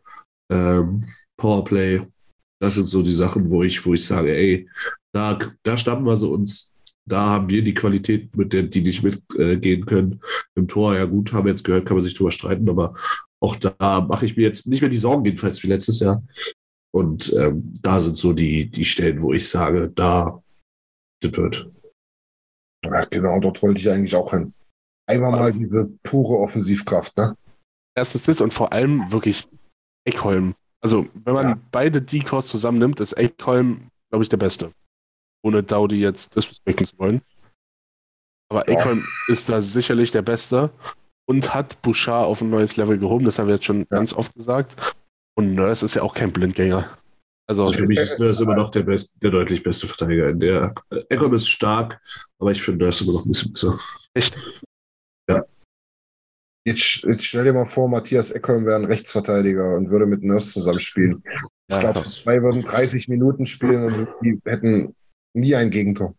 Powerplay. Das sind so die Sachen, wo ich sage, ey, da schnappen wir sie uns. Da haben wir die Qualität, mit der die nicht mitgehen können. Im Tor, ja gut, haben wir jetzt gehört, kann man sich drüber streiten, aber auch da mache ich mir jetzt nicht mehr die Sorgen, jedenfalls wie letztes Jahr. Und da sind so die Stellen, wo ich sage, das wird. Ja, genau, dort wollte ich eigentlich auch hin. Einmal mal diese pure Offensivkraft, ne? Erstens das und vor allem wirklich Ekholm. Also, wenn man beide D-Cores zusammennimmt, ist Ekholm, glaube ich, der Beste. Ohne Daudi jetzt disrespekten zu wollen. Aber Ekholm ist da sicherlich der Beste und hat Bouchard auf ein neues Level gehoben. Das haben wir jetzt schon ganz oft gesagt. Und Nurse ist ja auch kein Blindgänger. Also für mich ist Nurse immer noch der deutlich beste Verteidiger. Ekholm ist stark, aber ich finde Nurse immer noch ein bisschen besser. Echt? Ja. Jetzt stell dir mal vor, Matthias Ekholm wäre ein Rechtsverteidiger und würde mit Nurse zusammenspielen. Ich glaube, zwei würden 30 Minuten spielen und die hätten nie ein Gegentor.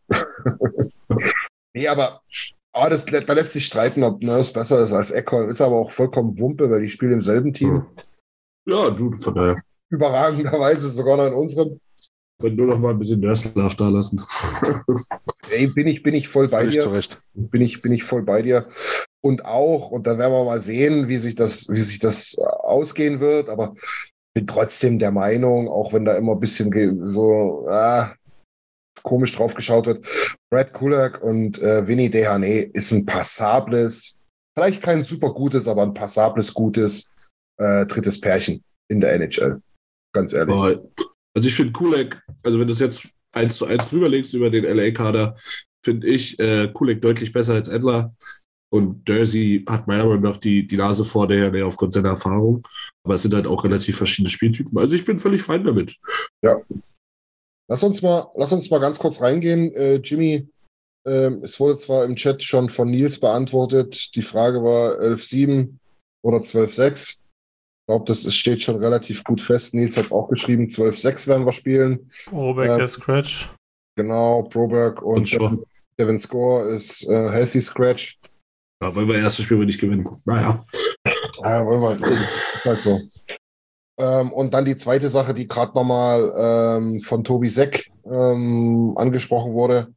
Nee, aber da lässt sich streiten, ob Nurse besser ist als Ekholm. Ist aber auch vollkommen Wumpe, weil die spielen im selben Team. Ja, du, von daher. Überragenderweise sogar noch in unserem. Wenn nur noch mal ein bisschen Nurse-Love da lassen. Ey, bin ich voll bei dir. Zurecht. Bin ich voll bei dir. Und da werden wir mal sehen, wie sich das ausgehen wird. Aber bin trotzdem der Meinung, auch wenn da immer ein bisschen so komisch drauf geschaut wird, Brad Kulak und Vinny Desharnais ist ein passables, vielleicht kein super gutes, aber ein passables, gutes drittes Pärchen in der NHL. Ganz ehrlich. Also ich finde Kulak, also wenn du es jetzt 1:1 drüberlegst über den LA-Kader, finde ich Kulak deutlich besser als Edler. Und Jersey hat meiner Meinung nach die Nase vor der aufgrund seiner Erfahrung. Aber es sind halt auch relativ verschiedene Spieltypen. Also ich bin völlig fein damit. Ja. Lass uns mal ganz kurz reingehen. Jimmy, es wurde zwar im Chat schon von Nils beantwortet. Die Frage war 11-7 oder 12-6. Ich glaube, das steht schon relativ gut fest. Nils hat es auch geschrieben. 12-6 werden wir spielen. Broberg der Scratch. Genau, Broberg und Devin Score ist Healthy Scratch. Ja, wollen wir erstes Spiel nicht gewinnen. Naja. Ja, wollen wir. Ist halt so. Und dann die zweite Sache, die gerade nochmal von Tobi Seck angesprochen wurde.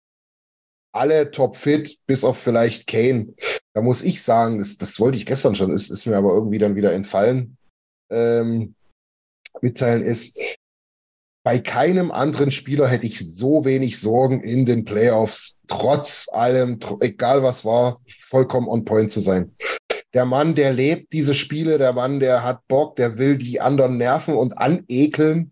Alle topfit, bis auf vielleicht Kane. Da muss ich sagen, das wollte ich gestern schon, ist mir aber irgendwie dann wieder entfallen. Mitteilen ist, bei keinem anderen Spieler hätte ich so wenig Sorgen in den Playoffs, trotz allem, egal was war, vollkommen on point zu sein. Der Mann, der lebt diese Spiele, der Mann, der hat Bock, der will die anderen nerven und anekeln.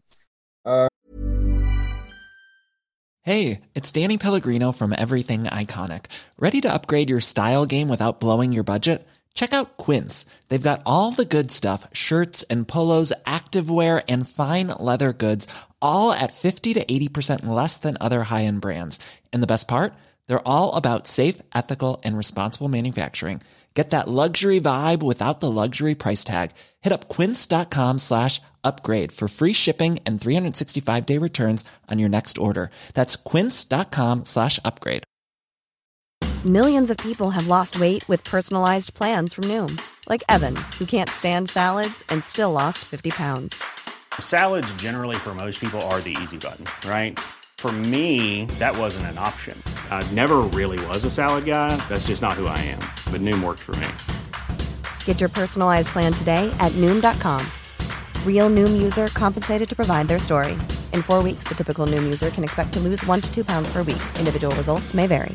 Hey, it's Danny Pellegrino from Everything Iconic. Ready to upgrade your style game without blowing your budget? Check out Quince. They've got all the good stuff, shirts and polos, activewear, and fine leather goods, all at 50 to 80% less than other high-end brands. And the best part? They're all about safe, ethical, and responsible manufacturing. Get that luxury vibe without the luxury price tag. Hit up quince.com/upgrade for free shipping and 365-day returns on your next order. That's quince.com/upgrade. Millions of people have lost weight with personalized plans from Noom. Like Evan, who can't stand salads and still lost 50 pounds. Salads generally for most people are the easy button, right? For me, that wasn't an option. I never really was a salad guy. That's just not who I am. But Noom worked for me. Get your personalized plan today at Noom.com. Real Noom user compensated to provide their story. In 4 weeks, the typical Noom user can expect to lose 1 to 2 pounds per week. Individual results may vary.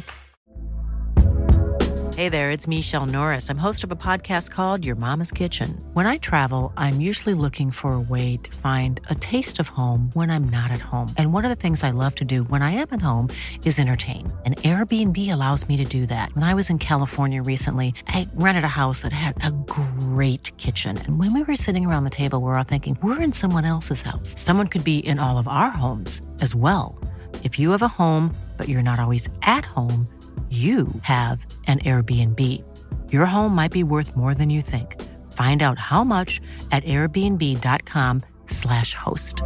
Hey there, it's Michelle Norris. I'm host of a podcast called Your Mama's Kitchen. When I travel, I'm usually looking for a way to find a taste of home when I'm not at home. And one of the things I love to do when I am at home is entertain. And Airbnb allows me to do that. When I was in California recently, I rented a house that had a great kitchen. And when we were sitting around the table, we were all thinking, we're in someone else's house. Someone could be in all of our homes as well. If you have a home, but you're not always at home, you have an Airbnb. Your home might be worth more than you think. Find out how much at airbnb.com/host.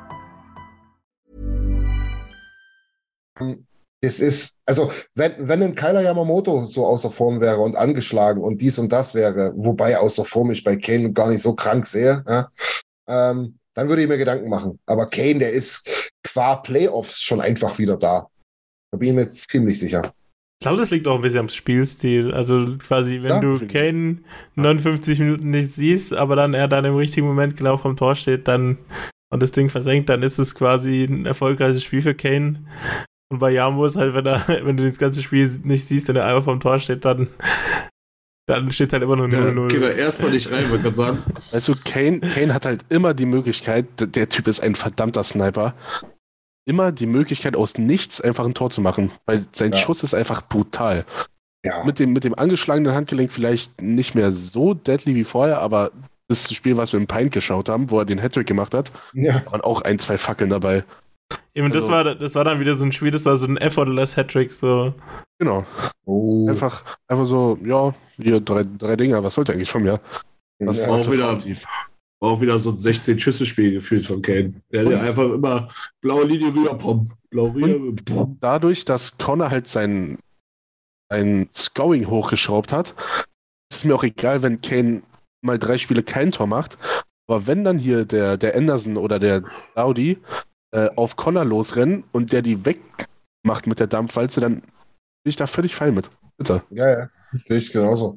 Es ist, also, wenn ein Kailer Yamamoto so außer Form wäre und angeschlagen und dies und das wäre, wobei außer Form ich bei Kane gar nicht so krank sehe, dann würde ich mir Gedanken machen. Aber Kane, der ist qua Playoffs schon einfach wieder da. Da bin ich mir ziemlich sicher. Ich glaube, das liegt auch ein bisschen am Spielstil. Also quasi, wenn du Kane 59 Minuten nicht siehst, aber dann er dann im richtigen Moment genau vom Tor steht, dann und das Ding versenkt, dann ist es quasi ein erfolgreiches Spiel für Kane. Und bei Yamo ist halt, wenn du das ganze Spiel nicht siehst und er einfach vom Tor steht, dann steht halt immer nur 0-0. Geht er erstmal nicht rein, würde ich sagen. Also Kane hat halt immer die Möglichkeit, der Typ ist ein verdammter Sniper, immer die Möglichkeit aus nichts einfach ein Tor zu machen, weil sein Schuss ist einfach brutal. Ja. Mit dem angeschlagenen Handgelenk vielleicht nicht mehr so deadly wie vorher, aber das Spiel, was wir im Pint geschaut haben, wo er den Hattrick gemacht hat, waren auch 1-2 Fackeln dabei. Eben, das war dann wieder so ein Spiel, das war so ein effortless Hattrick, so. Genau. Einfach so, ja, hier 3 Dinger, was wollt ihr eigentlich von mir? Das war auch wieder so ein 16-Schüsse-Spiel gefühlt von Kane. Der hat ja einfach immer blaue Linie rüber, pom. Dadurch, dass Connor halt sein Scoring hochgeschraubt hat, ist es mir auch egal, wenn Kane mal 3 Spiele kein Tor macht. Aber wenn dann hier der Anderson oder der Dowdy auf Connor losrennen und der die wegmacht mit der Dampfwalze, dann bin ich da völlig fein mit. Bitte. Ja, sehe ich genauso.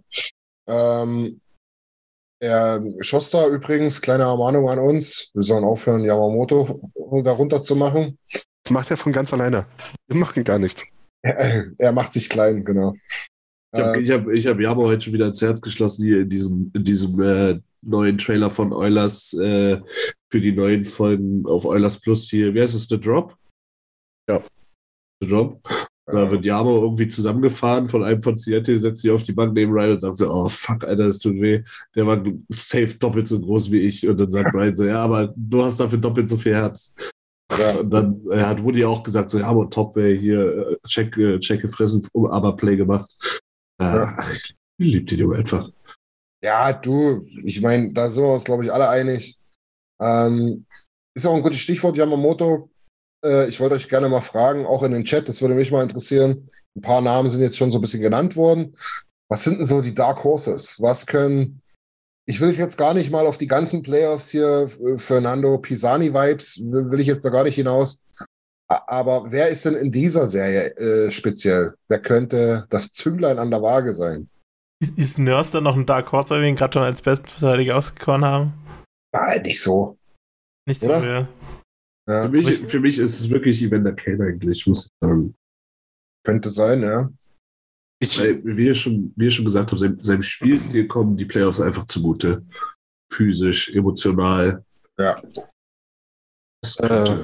Schoster übrigens, kleine Ermahnung an uns, wir sollen aufhören, Yamamoto darunter zu machen. Das macht er von ganz alleine. Wir machen gar nichts. Er macht sich klein, genau. Ich hab Yamo heute schon wieder ins Herz geschlossen, hier in diesem neuen Trailer von Oilers für die neuen Folgen auf Oilers Plus hier. Wie heißt es? The Drop? Ja. The Drop. Da wird Yamo irgendwie zusammengefahren von einem von Seattle, setzt sich auf die Bank neben Ryan und sagt so, oh fuck, Alter, das tut weh. Der war safe doppelt so groß wie ich. Und dann sagt Ryan so, ja, aber du hast dafür doppelt so viel Herz. Ja. Und dann hat Woody auch gesagt, so, ja, aber top, ey, hier, check gefressen, aber Play gemacht. Ich lieb den Junge einfach. Ja, du, ich meine, da sind wir uns, glaube ich, alle einig. Ist auch ein gutes Stichwort, Yamamoto. Ich wollte euch gerne mal fragen, auch in den Chat, das würde mich mal interessieren. Ein paar Namen sind jetzt schon so ein bisschen genannt worden. Was sind denn so die Dark Horses? Ich will jetzt gar nicht mal auf die ganzen Playoffs hier, Fernando Pisani-Vibes, will ich jetzt da gar nicht hinaus. Aber wer ist denn in dieser Serie speziell? Wer könnte das Zünglein an der Waage sein? Ist Nurse dann noch ein Dark Horse, weil wir ihn gerade schon als besten Verteidiger ausgekoren haben? Nein, nicht so. Nicht so, ja. Ja. Für mich ist es wirklich Evander Kane eigentlich, muss ich sagen. Könnte sein, ja. Wie ihr schon gesagt habt, seinem Spielstil kommen die Playoffs einfach zugute. Physisch, emotional. Ja. Ich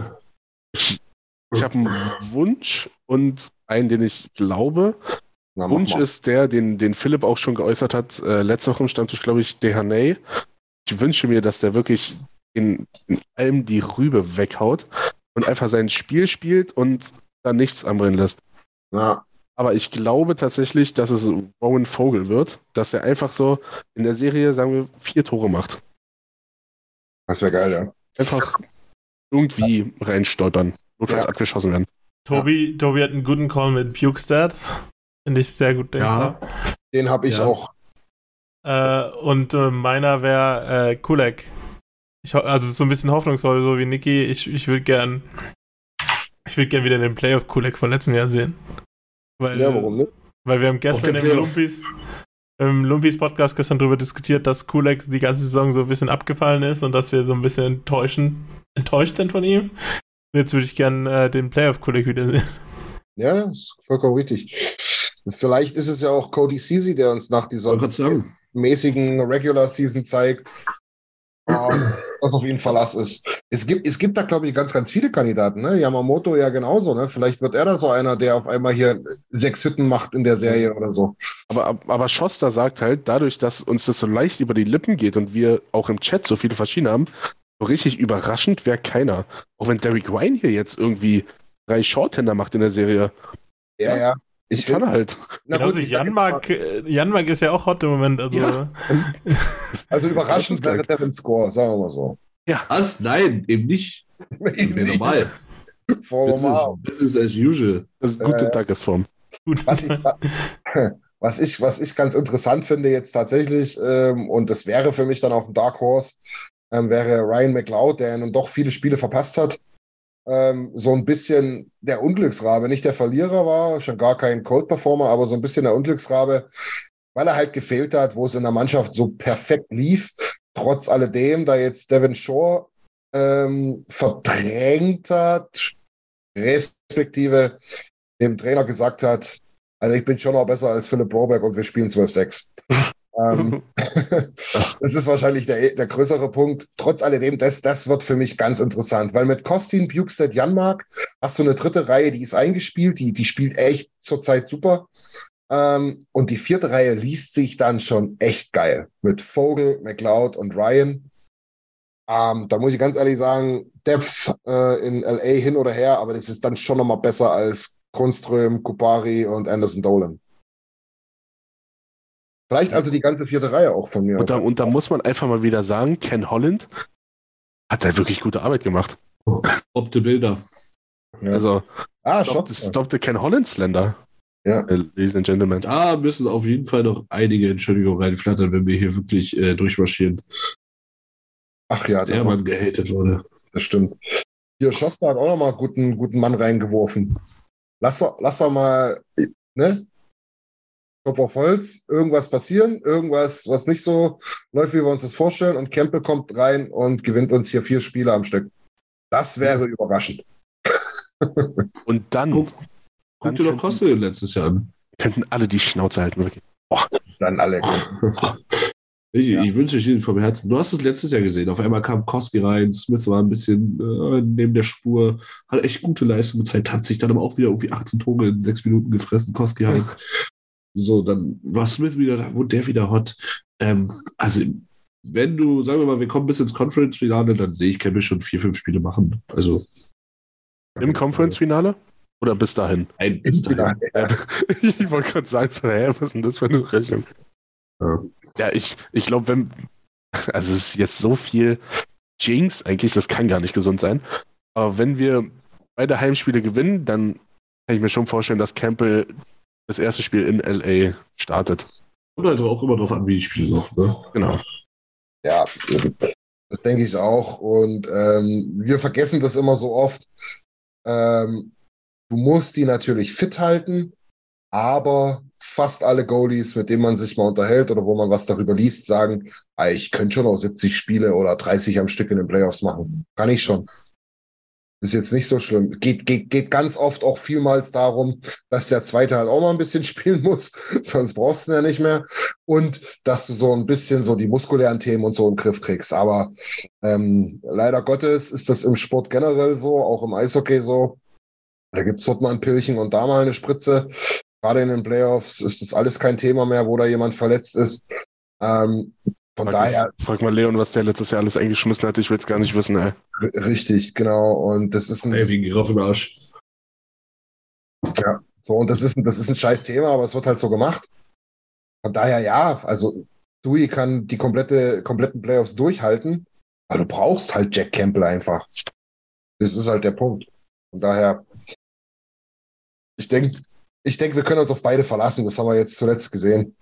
habe einen Wunsch und einen, den ich glaube. Wunsch ist der, den Philipp auch schon geäußert hat. Letzte Woche stand ich, glaube ich, Dehaney. Ich wünsche mir, dass der wirklich in allem die Rübe weghaut und einfach sein Spiel spielt und dann nichts anbrennen lässt. Ja. Aber ich glaube tatsächlich, dass es Rowan Vogel wird, dass er einfach so in der Serie, sagen wir, 4 Tore macht. Das wäre geil, ja. Einfach irgendwie reinstolpern, notfalls abgeschossen werden. Tobi hat einen guten Call mit Bukestad. Finde ich sehr gut denkbar. Ja, den habe ich auch. Und meiner wäre Kulak. Also so ein bisschen hoffnungsvoll, so wie Niki. Ich würde gern wieder den Playoff Kulak von letztem Jahr sehen. Warum nicht? Weil wir haben gestern im Lumpis Podcast gestern darüber diskutiert, dass Kulak die ganze Saison so ein bisschen abgefallen ist und dass wir so ein bisschen enttäuscht sind von ihm. Und jetzt würde ich gern den Playoff Kulak wiedersehen. Ja, ist vollkommen richtig. Vielleicht ist es ja auch Cody Ceci, der uns nach dieser mäßigen Regular Season zeigt, was auf ihn Verlass ist. Es gibt da, glaube ich, ganz, ganz viele Kandidaten. Ne? Yamamoto ja genauso. Ne? Vielleicht wird er da so einer, der auf einmal hier 6 Hütten macht in der Serie oder so. Aber Schoster sagt halt, dadurch, dass uns das so leicht über die Lippen geht und wir auch im Chat so viele verschiedene haben, so richtig überraschend wäre keiner. Auch wenn Derek Ryan hier jetzt irgendwie 3 Shorthander macht in der Serie. Ja. Ich kann halt. Genauso Janmark ist ja auch hot im Moment. Also, ja. Also überraschend wäre der Score, sagen wir mal so. Ja. Was? Nein, eben nicht. Wäre normal. Business as usual. Das ist gute Tagesform. Was ich ganz interessant finde jetzt tatsächlich, und das wäre für mich dann auch ein Dark Horse, wäre Ryan McLeod, der nun doch viele Spiele verpasst hat. so ein bisschen der Unglücksrabe, nicht der Verlierer war, schon gar kein Cold-Performer, aber so ein bisschen der Unglücksrabe, weil er halt gefehlt hat, wo es in der Mannschaft so perfekt lief. Trotz alledem, da jetzt Devin Shore verdrängt hat, respektive dem Trainer gesagt hat, also ich bin schon noch besser als Philipp Broberg und wir spielen 12-6. Das ist wahrscheinlich der größere Punkt. Trotz alledem, das wird für mich ganz interessant, weil mit Kostin, Bjugstad, Janmark hast du eine dritte Reihe, die ist eingespielt, die spielt echt zurzeit super. Und die vierte Reihe liest sich dann schon echt geil. Mit Vogel, McLeod und Ryan. Da muss ich ganz ehrlich sagen, Depth in LA hin oder her, aber das ist dann schon nochmal besser als Kronström, Kupari und Anderson Dolan. Vielleicht also die ganze vierte Reihe auch von mir. Und da muss man einfach mal wieder sagen, Ken Holland hat da wirklich gute Arbeit gemacht. Ob die Bilder. Ja. Also, Stop the Ken Holland Slender. Ja. Ladies and Gentlemen. Da müssen auf jeden Fall noch einige Entschuldigungen reinflattern, wenn wir hier wirklich durchmarschieren. Ach ja, der Mann gehatet wurde. Das stimmt. Hier, Schoster hat auch nochmal guten Mann reingeworfen. Lass doch mal, ne? Kopf auf Holz, irgendwas passieren, irgendwas, was nicht so läuft, wie wir uns das vorstellen, und Campbell kommt rein und gewinnt uns hier 4 Spiele am Stück. Das wäre überraschend. Und dann Guck dir doch Kostel letztes Jahr an. Könnten alle die Schnauze halten, wirklich. Dann alle. Ich wünsche euch vom Herzen. Du hast es letztes Jahr gesehen. Auf einmal kam Koski rein, Smith war ein bisschen neben der Spur, hat echt gute Leistung gezeigt, hat sich dann aber auch wieder irgendwie 18 Tore in 6 Minuten gefressen. Koski halt. So, dann war Smith wieder da, wurde der wieder hot. Also, wenn du, sagen wir mal, wir kommen bis ins Conference-Finale, dann sehe ich Campbell schon 4-5 Spiele machen. Also. Im Conference-Finale? Oder bis dahin? Nein, bis dahin. Ich wollte gerade sagen, was ist denn das für eine Rechnung? Ja, ich glaube, also es ist jetzt so viel Jinx eigentlich, das kann gar nicht gesund sein. Aber wenn wir beide Heimspiele gewinnen, dann kann ich mir schon vorstellen, dass Campbell das erste Spiel in LA startet. Und halt auch immer darauf an, wie die Spiele laufen, ne? Genau. Ja, das denke ich auch. Und wir vergessen das immer so oft. Du musst die natürlich fit halten, aber fast alle Goalies, mit denen man sich mal unterhält oder wo man was darüber liest, sagen, ich könnte schon auch 70 Spiele oder 30 am Stück in den Playoffs machen. Kann ich schon. Ist jetzt nicht so schlimm. Geht ganz oft auch vielmals darum, dass der Zweite halt auch mal ein bisschen spielen muss, sonst brauchst du ihn ja nicht mehr. Und dass du so ein bisschen so die muskulären Themen und so in den Griff kriegst. Aber leider Gottes ist das im Sport generell so, auch im Eishockey so. Da gibt es dort mal ein Pillchen und da mal eine Spritze. Gerade in den Playoffs ist das alles kein Thema mehr, wo da jemand verletzt ist. Frag mal Leon, was der letztes Jahr alles eingeschmissen hat. Ich will es gar nicht wissen, ey. Richtig, genau. Und das ist wie ein Giraffenarsch. Ja, so, und das ist ein scheiß Thema, aber es wird halt so gemacht. Von daher, ja, also Dewey kann die kompletten Playoffs durchhalten, aber du brauchst halt Jack Campbell einfach. Das ist halt der Punkt. Von daher, ich denke, wir können uns auf beide verlassen. Das haben wir jetzt zuletzt gesehen.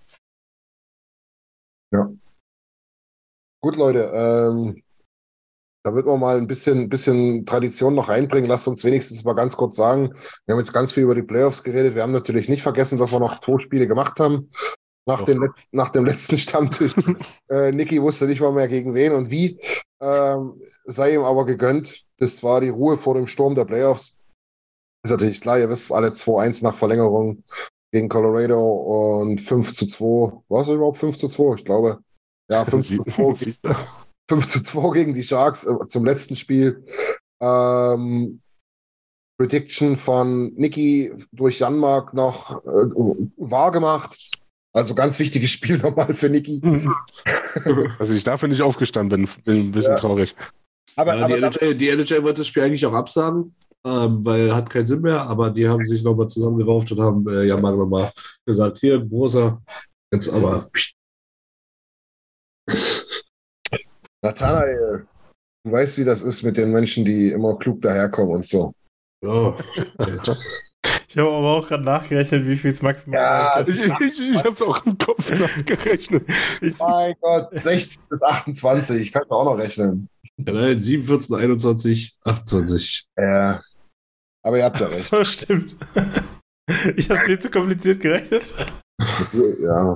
Ja. Gut, Leute, da wird man mal ein bisschen Tradition noch reinbringen. Lasst uns wenigstens mal ganz kurz sagen, wir haben jetzt ganz viel über die Playoffs geredet. Wir haben natürlich nicht vergessen, dass wir noch 2 Spiele gemacht haben nach dem letzten Stammtisch. Niki wusste nicht mal mehr gegen wen und wie. Sei ihm aber gegönnt. Das war die Ruhe vor dem Sturm der Playoffs. Ist natürlich klar, ihr wisst alle 2-1 nach Verlängerung gegen Colorado und 5-2. War es überhaupt 5-2? Ich glaube. Ja, 5-2 gegen die Sharks zum letzten Spiel. Prediction von Niki durch Janmark noch wahr gemacht. Also ganz wichtiges Spiel nochmal für Niki. Also ich dafür nicht aufgestanden bin ein bisschen traurig. Aber die NHL wollte das Spiel eigentlich auch absagen, weil hat keinen Sinn mehr, aber die haben sich nochmal zusammengerauft und haben Janmark nochmal gesagt, hier, großer, jetzt aber... Nathanael, du weißt, wie das ist mit den Menschen, die immer klug daherkommen und so. Oh, ich habe aber auch gerade nachgerechnet, wie viel es maximal sein kann. Ich habe es auch im Kopf nachgerechnet. Mein Gott, 16 bis 28, ich kann auch noch rechnen. Ja, nein, 7, 14, 21, 28. Ja. Aber ihr habt ja recht. So, stimmt. Ich habe es viel zu kompliziert gerechnet. Ja.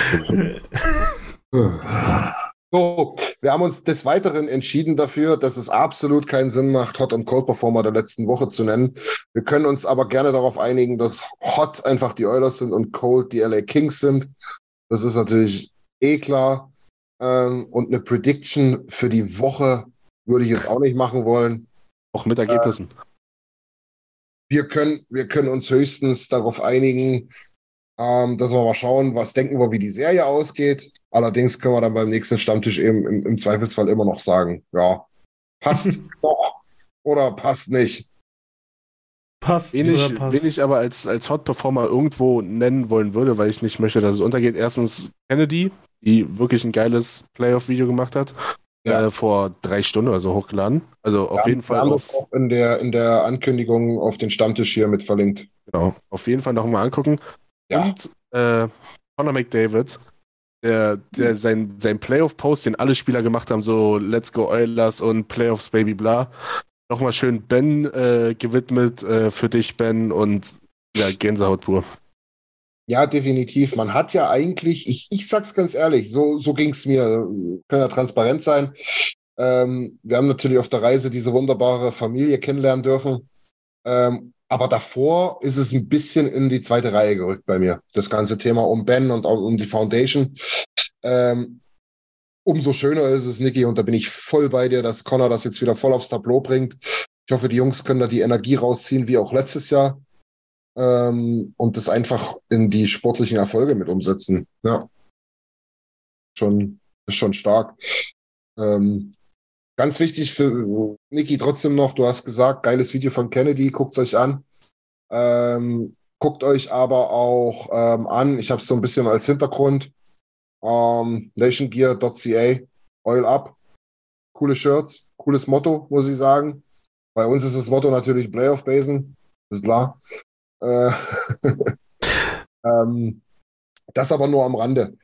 So, wir haben uns des Weiteren entschieden dafür, dass es absolut keinen Sinn macht, Hot und Cold Performer der letzten Woche zu nennen. Wir können uns aber gerne darauf einigen, dass Hot einfach die Oilers sind und Cold die LA Kings sind. Das ist natürlich klar. Und eine Prediction für die Woche würde ich jetzt auch nicht machen wollen. Auch mit Ergebnissen. Wir können uns höchstens darauf einigen, dass wir mal schauen, was denken wir, wie die Serie ausgeht. Allerdings können wir dann beim nächsten Stammtisch eben im Zweifelsfall immer noch sagen, ja, passt doch oder passt nicht. Passt Wen oder passt. ich aber als Hot Performer irgendwo nennen wollen würde, weil ich nicht möchte, dass es untergeht. Erstens Kennedy, die wirklich ein geiles Playoff-Video gemacht hat. Ja. Vor 3 Stunden, also hochgeladen. Also auf jeden Fall. Wir haben das auch in der Ankündigung auf den Stammtisch hier mit verlinkt. Genau, auf jeden Fall nochmal angucken. Ja. Und Connor McDavid, der sein Playoff-Post, den alle Spieler gemacht haben, so Let's Go Oilers und Playoffs Baby bla, nochmal schön Ben gewidmet für dich, Ben, und ja, Gänsehaut pur. Ja, definitiv. Man hat ja eigentlich, ich sag's ganz ehrlich, so ging's mir. Wir können ja transparent sein. Wir haben natürlich auf der Reise diese wunderbare Familie kennenlernen dürfen. Aber davor ist es ein bisschen in die zweite Reihe gerückt bei mir. Das ganze Thema um Ben und auch um die Foundation. Umso schöner ist es, Niki, und da bin ich voll bei dir, dass Connor das jetzt wieder voll aufs Tableau bringt. Ich hoffe, die Jungs können da die Energie rausziehen, wie auch letztes Jahr. Und das einfach in die sportlichen Erfolge mit umsetzen. Ja. Ist schon stark. Ganz wichtig für Niki trotzdem noch, du hast gesagt, geiles Video von Kennedy, guckt es euch an. Guckt euch aber auch an, ich habe es so ein bisschen als Hintergrund, nationgear.ca, Oil Up, coole Shirts, cooles Motto, muss ich sagen. Bei uns ist das Motto natürlich Playoff Basen, ist klar. Das aber nur am Rande.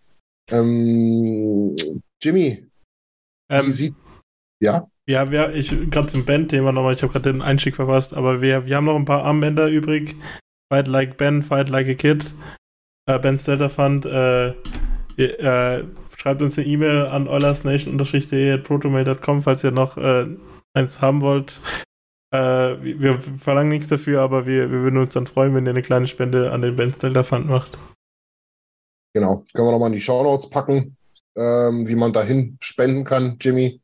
Jimmy, wie sieht... Ja? Ja, ich gerade zum Band-Thema nochmal, ich habe gerade den Einstieg verpasst, aber wir haben noch ein paar Armbänder übrig. Fight Like Ben, Fight Like a Kid. Ben Stelter Fund. Schreibt uns eine E-Mail an oilersnation_de@protomail.com, falls ihr noch eins haben wollt. Wir verlangen nichts dafür, aber wir würden uns dann freuen, wenn ihr eine kleine Spende an den Ben Stelter Fund macht. Genau, können wir nochmal in die Shownotes packen, wie man dahin spenden kann, Jimmy.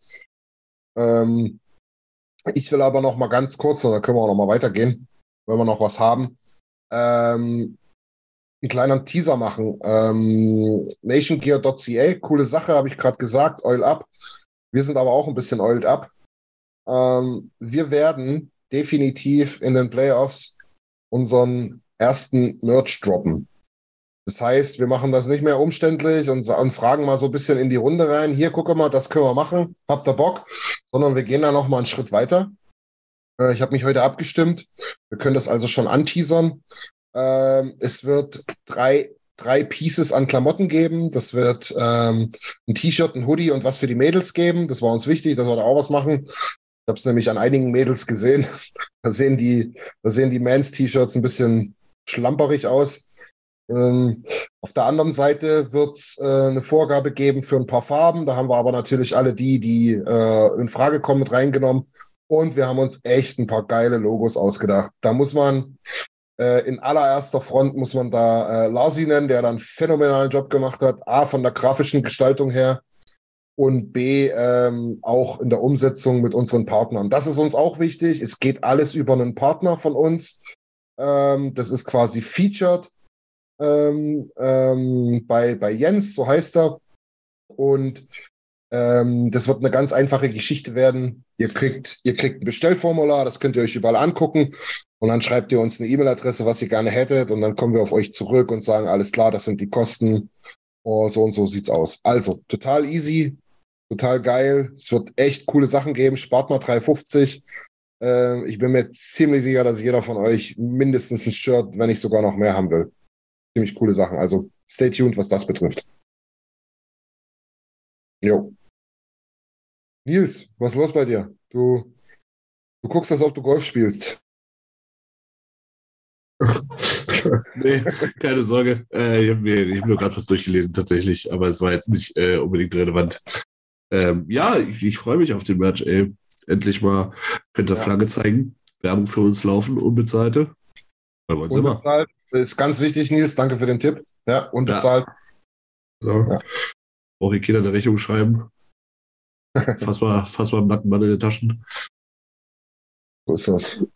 Ich will aber noch mal ganz kurz, und dann können wir auch noch mal weitergehen, wenn wir noch was haben, einen kleinen Teaser machen. Nationgear.ca, coole Sache, habe ich gerade gesagt, Oil Up. Wir sind aber auch ein bisschen oiled up. Wir werden definitiv in den Playoffs unseren ersten Merch droppen. Das heißt, wir machen das nicht mehr umständlich und fragen mal so ein bisschen in die Runde rein. Hier, gucke mal, das können wir machen. Habt ihr Bock? Sondern wir gehen da noch mal einen Schritt weiter. Ich habe mich heute abgestimmt. Wir können das also schon anteasern. Es wird drei Pieces an Klamotten geben. Das wird ein T-Shirt, ein Hoodie und was für die Mädels geben. Das war uns wichtig, dass wir da auch was machen. Ich habe es nämlich an einigen Mädels gesehen. Da sehen die Mans-T-Shirts ein bisschen schlamperig aus. Auf der anderen Seite wird es eine Vorgabe geben für ein paar Farben. Da haben wir aber natürlich alle die in Frage kommen, mit reingenommen. Und wir haben uns echt ein paar geile Logos ausgedacht. Da muss man in allererster Front muss man da Larsi nennen, der dann einen phänomenalen Job gemacht hat. A, von der grafischen Gestaltung her und B, auch in der Umsetzung mit unseren Partnern. Das ist uns auch wichtig. Es geht alles über einen Partner von uns. Das ist quasi featured bei Jens, so heißt er. Und das wird eine ganz einfache Geschichte werden. Ihr kriegt ein Bestellformular, das könnt ihr euch überall angucken. Und dann schreibt ihr uns eine E-Mail-Adresse, was ihr gerne hättet. Und dann kommen wir auf euch zurück und sagen, alles klar, das sind die Kosten. Oh, so und so sieht's aus. Also, total easy, total geil. Es wird echt coole Sachen geben. Spart mal 3,50. Ich bin mir ziemlich sicher, dass jeder von euch mindestens ein Shirt, wenn nicht sogar noch mehr haben will. Ziemlich coole Sachen. Also, stay tuned, was das betrifft. Jo. Nils, was ist los bei dir? Du guckst, als ob du Golf spielst. Nee, keine Sorge. Ich hab nur gerade was durchgelesen tatsächlich, aber es war jetzt nicht unbedingt relevant. Ja, ich freue mich auf den Match, ey. Endlich mal könnt ihr Flagge zeigen. Werbung für uns laufen, unbezahlte. Bei uns immer. Unbezahlt ist ganz wichtig, Nils. Danke für den Tipp. Ja, unbezahlt. So. Brauche ich keiner eine Rechnung schreiben. Fass mal im nackten Mann in den Taschen. So ist das.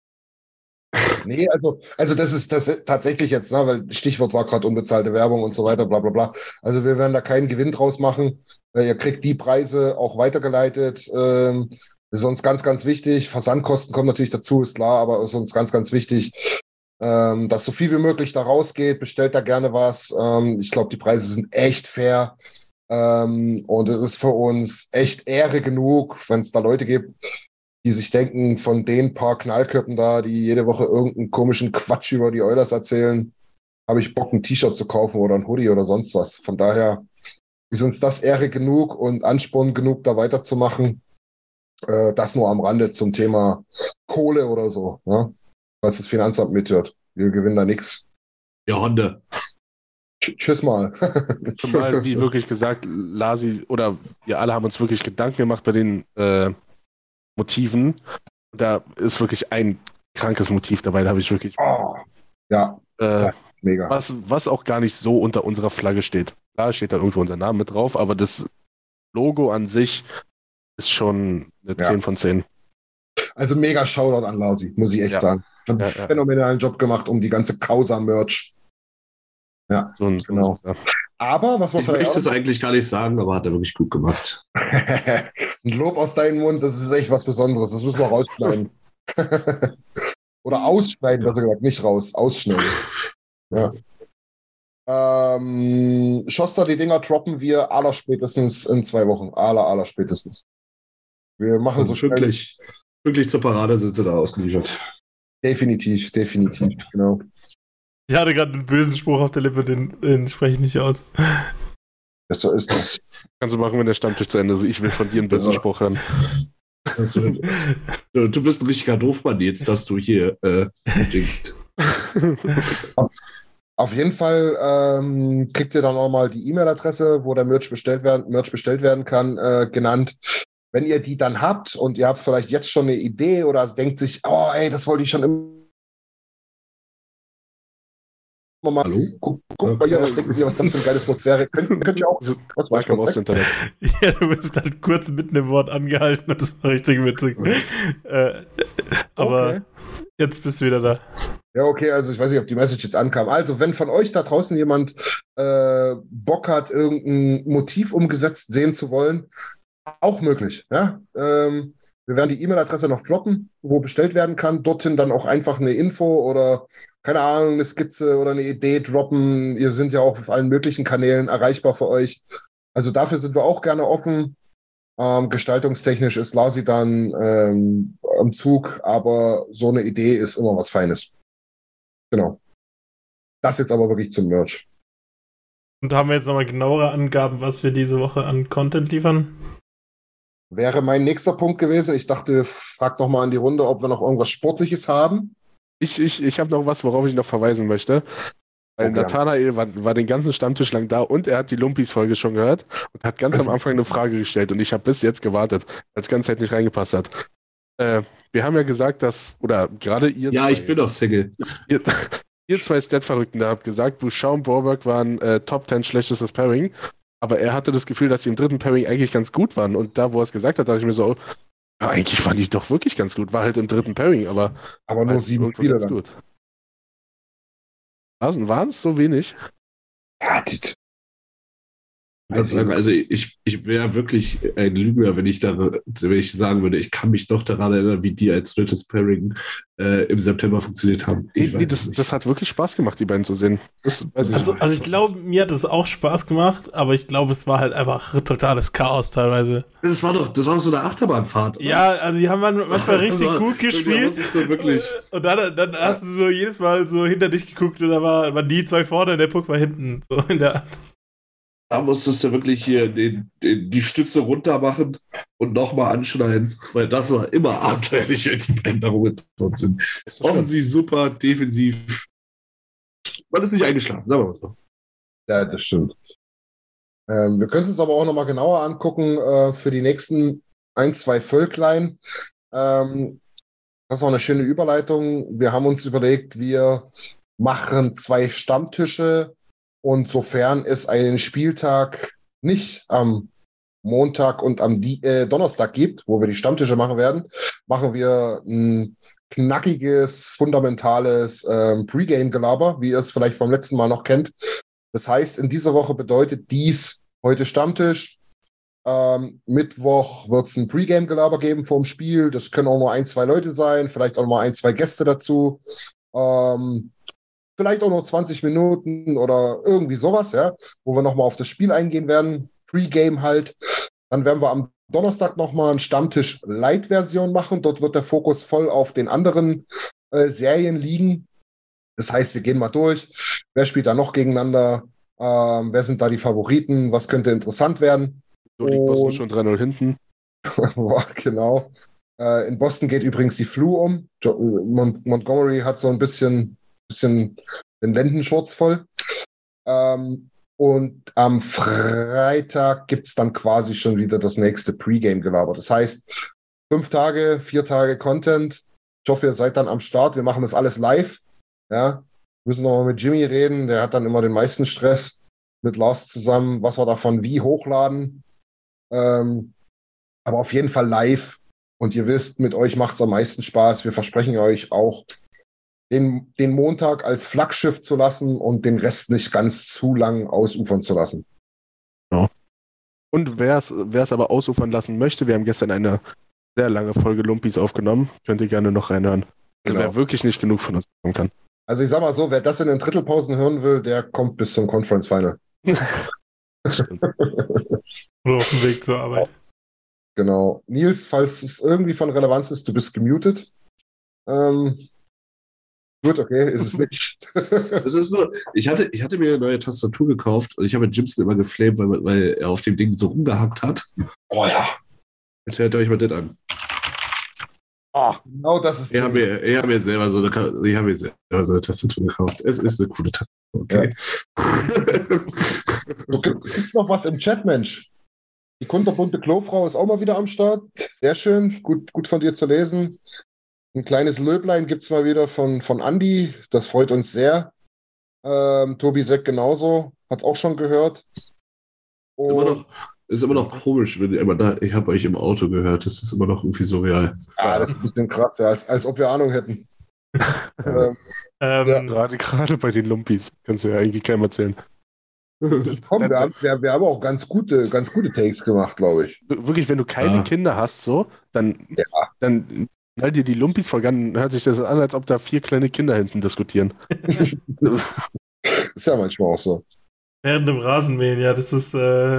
Nee, also das ist tatsächlich jetzt, ne, weil Stichwort war gerade unbezahlte Werbung und so weiter, bla bla bla. Also wir werden da keinen Gewinn draus machen. Ihr kriegt die Preise auch weitergeleitet. Ist uns ganz, ganz wichtig. Versandkosten kommen natürlich dazu, ist klar, aber ist uns ganz, ganz wichtig, dass so viel wie möglich da rausgeht. Bestellt da gerne was. Ich glaube, die Preise sind echt fair. Und es ist für uns echt Ehre genug, wenn es da Leute gibt, die sich denken, von den paar Knallköppen da, die jede Woche irgendeinen komischen Quatsch über die Oilers erzählen, habe ich Bock, ein T-Shirt zu kaufen oder ein Hoodie oder sonst was. Von daher ist uns das Ehre genug und Ansporn genug, da weiterzumachen. Das nur am Rande zum Thema Kohle oder so, ne? Falls das Finanzamt mithört. Wir gewinnen da nichts. Ja, Honda. Tschüss mal. Zumal, wie wirklich gesagt, Lasi oder wir alle haben uns wirklich Gedanken gemacht bei den Motiven. Da ist wirklich ein krankes Motiv dabei, da habe ich wirklich. Ja, mega. Was auch gar nicht so unter unserer Flagge steht. Klar steht da irgendwo unser Name mit drauf, aber das Logo an sich ist schon eine 10 von 10. Also mega Shoutout an Lasi, muss ich echt sagen. Hat einen phänomenalen Job gemacht um die ganze Causa-Merch. Ja, genau. Aber was man ich möchte es eigentlich gar nicht sagen, aber hat er wirklich gut gemacht. Ein Lob aus deinem Mund, das ist echt was Besonderes. Das müssen wir rausschneiden. Oder ausschneiden, besser gesagt, nicht raus, ausschneiden. Ja. Schoster, die Dinger droppen wir allerspätestens in 2 Wochen. Allerspätestens. Wir machen also so schnell. Wirklich zur Parade sind sie da ausgeliefert. Definitiv, genau. Ich hatte gerade einen bösen Spruch auf der Lippe, den spreche ich nicht aus. So ist das. Kannst du machen, wenn der Stammtisch zu Ende ist. Ich will von dir einen bösen Spruch hören. Du bist ein richtiger Doofmann jetzt, dass du hier jinkst. Auf jeden Fall kriegt ihr dann auch mal die E-Mail-Adresse, wo der Merch bestellt werden kann, genannt. Wenn ihr die dann habt und ihr habt vielleicht jetzt schon eine Idee oder denkt sich, oh ey, das wollte ich schon immer mal. Hallo? Guck mal hier, was denken Sie, was das für ein geiles Wort wäre? Könnt ihr auch. Was war ich aus Internet? Ja, du bist halt kurz mitten im Wort angehalten und das war richtig witzig. Aber jetzt bist du wieder da. Ja, okay, also ich weiß nicht, ob die Message jetzt ankam. Also, wenn von euch da draußen jemand Bock hat, irgendein Motiv umgesetzt sehen zu wollen, auch möglich. Ja? Wir werden die E-Mail-Adresse noch droppen, wo bestellt werden kann. Dorthin dann auch einfach eine Info oder, keine Ahnung, eine Skizze oder eine Idee droppen. Ihr sind ja auch auf allen möglichen Kanälen erreichbar für euch. Also dafür sind wir auch gerne offen. Gestaltungstechnisch ist Lasi dann am Zug, aber so eine Idee ist immer was Feines. Genau. Das jetzt aber wirklich zum Merch. Und haben wir jetzt nochmal genauere Angaben, was wir diese Woche an Content liefern? Wäre mein nächster Punkt gewesen. Ich dachte, frag noch mal an die Runde, ob wir noch irgendwas Sportliches haben. Ich habe noch was, worauf ich noch verweisen möchte. Weil Nathanael war den ganzen Stammtisch lang da und er hat die Lumpis-Folge schon gehört und hat ganz am Anfang eine Frage gestellt und ich habe bis jetzt gewartet, weil es ganz Zeit nicht reingepasst hat. Wir haben ja gesagt, dass, oder gerade ihr... Ja, ich bin doch Single. Ihr 2 Stat-Verrückten da habt gesagt, Bouchard und Borberg waren Top 10 schlechtestes Pairing, aber er hatte das Gefühl, dass sie im dritten Pairing eigentlich ganz gut waren und da, wo er es gesagt hat, dachte ich mir so, ja, eigentlich waren die doch wirklich ganz gut, war halt im dritten Pairing, aber nur 7 Spieler dann. Gut. Waren es so wenig? Ja, Also ich wäre wirklich ein Lügner, wenn ich sagen würde, ich kann mich noch daran erinnern, wie die als drittes Pairing im September funktioniert haben. Das hat wirklich Spaß gemacht, die beiden zu sehen. Das weiß ich also ich glaube, mir hat es auch Spaß gemacht, aber ich glaube, es war halt einfach totales Chaos teilweise. Das war doch so eine Achterbahnfahrt, oder? Ja, also die haben manchmal richtig gut gespielt. So wirklich. Und dann hast du so jedes Mal so hinter dich geguckt und da waren die 2 vorne und der Puck war hinten. So in der Da musstest du wirklich hier die Stütze runter machen und nochmal anschneiden, weil das war immer abenteuerlich, wenn die Veränderungen dort sind. Offensiv super, defensiv. Man ist nicht eingeschlafen, sagen wir mal so. Ja, das stimmt. Wir können es uns aber auch nochmal genauer angucken für die nächsten 1, 2 Völklein. Das ist auch eine schöne Überleitung. Wir haben uns überlegt, wir machen 2 Stammtische und sofern es einen Spieltag nicht am Montag und am Donnerstag gibt, wo wir die Stammtische machen werden, machen wir ein knackiges, fundamentales Pre-Game-Gelaber, wie ihr es vielleicht vom letzten Mal noch kennt. Das heißt, in dieser Woche bedeutet dies heute Stammtisch. Mittwoch wird es ein Pre-Game-Gelaber geben vorm Spiel. Das können auch nur 1, 2 Leute sein, vielleicht auch noch mal 1, 2 Gäste dazu. Vielleicht auch noch 20 Minuten oder irgendwie sowas, ja, wo wir nochmal auf das Spiel eingehen werden. Pre-Game halt. Dann werden wir am Donnerstag nochmal einen Stammtisch-Light-Version machen. Dort wird der Fokus voll auf den anderen Serien liegen. Das heißt, wir gehen mal durch. Wer spielt da noch gegeneinander? Wer sind da die Favoriten? Was könnte interessant werden? So liegt Boston schon 3-0 hinten. Genau. In Boston geht übrigens die Flu um. Montgomery hat so ein bisschen den Lendenschurz voll. Und am Freitag gibt es dann quasi schon wieder das nächste Pre-Game-Gelaber. Das heißt, 5 Tage, 4 Tage Content. Ich hoffe, ihr seid dann am Start. Wir machen das alles live. Ja, müssen noch mal mit Jimmy reden. Der hat dann immer den meisten Stress mit Lars zusammen, was wir davon wie hochladen. Aber auf jeden Fall live. Und ihr wisst, mit euch macht es am meisten Spaß. Wir versprechen euch auch, den Montag als Flaggschiff zu lassen und den Rest nicht ganz zu lang ausufern zu lassen. Ja. Und wer es aber ausufern lassen möchte, wir haben gestern eine sehr lange Folge Lumpis aufgenommen. Könnt ihr gerne noch reinhören. Also wer wirklich nicht genug von uns bekommen kann. Also ich sag mal so, wer das in den Drittelpausen hören will, der kommt bis zum Conference Final. Oder auf dem Weg zur Arbeit. Genau. Nils, falls es irgendwie von Relevanz ist, du bist gemutet. Gut, okay, ist es nicht. Es ist nur, ich hatte mir eine neue Tastatur gekauft und ich habe mit Jimson immer geflamed, weil er auf dem Ding so rumgehackt hat. Oh ja. Jetzt hört euch mal das an. Oh, genau das ist Ich habe mir selber so eine Tastatur gekauft. Es ist eine coole Tastatur, okay. Ja. Gibt's noch was im Chat, Mensch? Die kunterbunte Klofrau ist auch mal wieder am Start. Sehr schön, gut von dir zu lesen. Ein kleines Löblein gibt es mal wieder von Andi. Das freut uns sehr. Tobi Seck genauso. Hat es auch schon gehört. Ist immer noch komisch, wenn ich habe euch im Auto gehört. Das ist immer noch irgendwie surreal. Ja, das ist ein bisschen krass, ja, als ob wir Ahnung hätten. Ja. Gerade bei den Lumpis. Kannst du ja eigentlich keinem erzählen. Komm, wir haben auch ganz gute Takes gemacht, glaube ich. Wirklich, wenn du keine Kinder hast, so, dann knall dir die Lumpis vor, dann hört sich das an, als ob da 4 kleine Kinder hinten diskutieren. Ist ja manchmal auch so. Während dem Rasenmähen, ja, das ist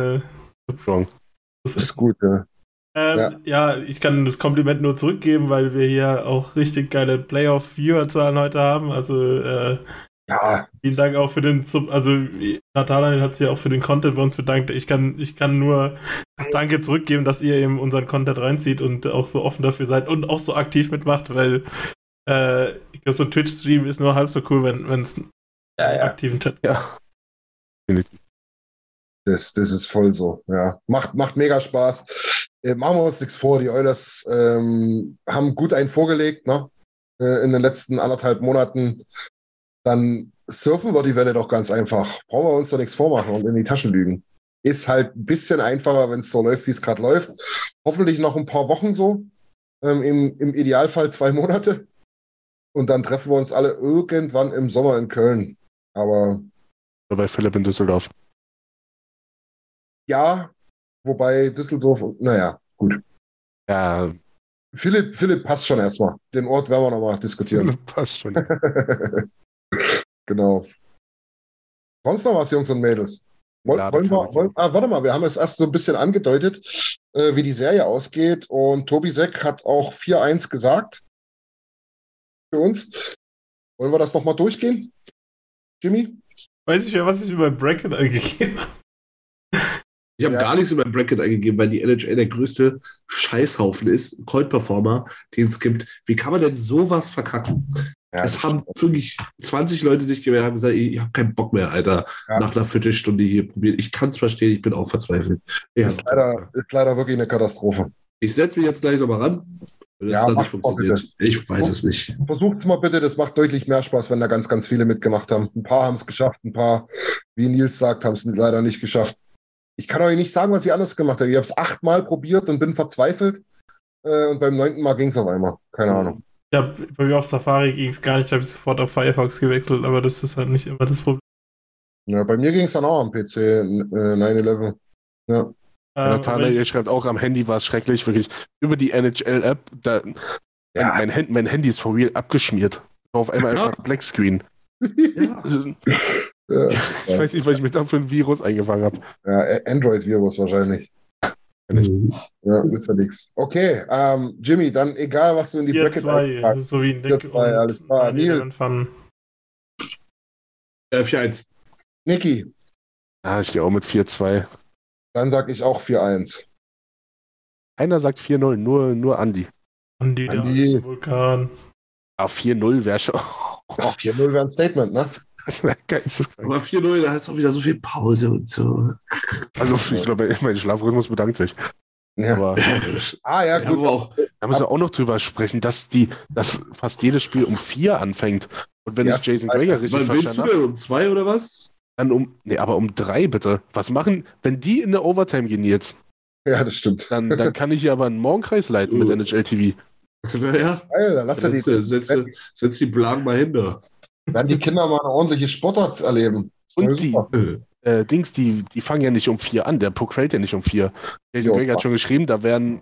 das ist gut, ja. Ja, ich kann das Kompliment nur zurückgeben, weil wir hier auch richtig geile Playoff-Viewerzahlen heute haben. Also ja. Vielen Dank auch für den, Natalia hat sich auch für den Content bei uns bedankt. Ich kann nur das Danke zurückgeben, dass ihr eben unseren Content reinzieht und auch so offen dafür seid und auch so aktiv mitmacht, weil ich glaube, so ein Twitch-Stream ist nur halb so cool, wenn es einen aktiven Chat gibt. Ja. Das ist voll so, ja. Macht mega Spaß. Machen wir uns nichts vor, die Oilers haben gut einen vorgelegt, ne? In den letzten 1,5 Monaten. Dann surfen wir die Welle doch ganz einfach. Brauchen wir uns doch nichts vormachen und in die Taschen lügen. Ist halt ein bisschen einfacher, wenn es so läuft, wie es gerade läuft. Hoffentlich noch ein paar Wochen so. Im Idealfall 2 Monate. Und dann treffen wir uns alle irgendwann im Sommer in Köln. Aber bei Philipp in Düsseldorf. Ja, wobei Düsseldorf, naja, gut. Ja. Philipp passt schon erstmal. Den Ort werden wir nochmal diskutieren. Philipp passt schon. Genau. Sonst noch was, Jungs und Mädels? Warte mal, wir haben es erst so ein bisschen angedeutet, wie die Serie ausgeht. Und Tobi Seck hat auch 4-1 gesagt. Für uns. Wollen wir das nochmal durchgehen? Jimmy? Weiß ich ja, was ich über Bracket angegeben habe. Ich habe gar nichts in mein Bracket eingegeben, weil die NHL der größte Scheißhaufen ist, Cold-Performer, den es gibt. Wie kann man denn sowas verkacken? Ja, es haben wirklich 20 Leute sich gewehrt und haben gesagt, ich habe keinen Bock mehr, Alter, nach einer Viertelstunde hier probieren. Ich kann es verstehen, ich bin auch verzweifelt. Ja, ist leider wirklich eine Katastrophe. Ich setze mich jetzt gleich nochmal ran, wenn das dann nicht funktioniert. Ich weiß es nicht. Versucht es mal bitte, das macht deutlich mehr Spaß, wenn da ganz, ganz viele mitgemacht haben. Ein paar haben es geschafft, ein paar, wie Nils sagt, haben es leider nicht geschafft. Ich kann euch nicht sagen, was ich anders gemacht habe. Ich habe es 8-mal probiert und bin verzweifelt. Und beim 9. Mal ging es auf einmal. Keine Ahnung. Ja, bei mir auf Safari ging es gar nicht. Ich habe sofort auf Firefox gewechselt, aber das ist halt nicht immer das Problem. Ja, bei mir ging es dann auch am PC 9/11. Ja. Nathanael schreibt auch, am Handy war es schrecklich, wirklich. Über die NHL-App, mein Handy ist for real abgeschmiert. Auf einmal einfach Black Screen. Ja. Also, ich weiß nicht, was ich mir da für ein Virus eingefangen habe. Ja, Android-Virus wahrscheinlich. Ja, ist ja nichts. Okay, Jimmy, dann egal, was du in die Bracket einpackst. So wie ein Dick und alles klar. Neil. 4-1. Niki. Ja, ich gehe auch mit 4-2. Dann sag ich auch 4-1. Einer sagt 4-0, nur Andi. Andi. Der Vulkan. Ja, 4-0 wäre schon. 4-0 wäre ein Statement, ne? Aber 4-0, da ist auch wieder so viel Pause und so. Also, ich glaube, mein Schlafrhythmus bedankt sich. Ja. Aber, ja, gut. Da müssen wir auch noch drüber sprechen, dass fast jedes Spiel um 4 anfängt. Und wenn ich Jason Gregor richtig verstanden habe. Willst du denn um 2 oder was? Dann aber um 3 bitte. Was machen, wenn die in der Overtime gehen jetzt? Ja, das stimmt. Dann kann ich hier aber einen Morgenkreis leiten mit NHL TV. Naja, setz die Plan mal hin da. Werden die Kinder mal eine ordentliche Sportart erleben. Und die fangen ja nicht um 4 an. Der Puck fällt ja nicht um 4. Jason Gregor hat schon geschrieben, da werden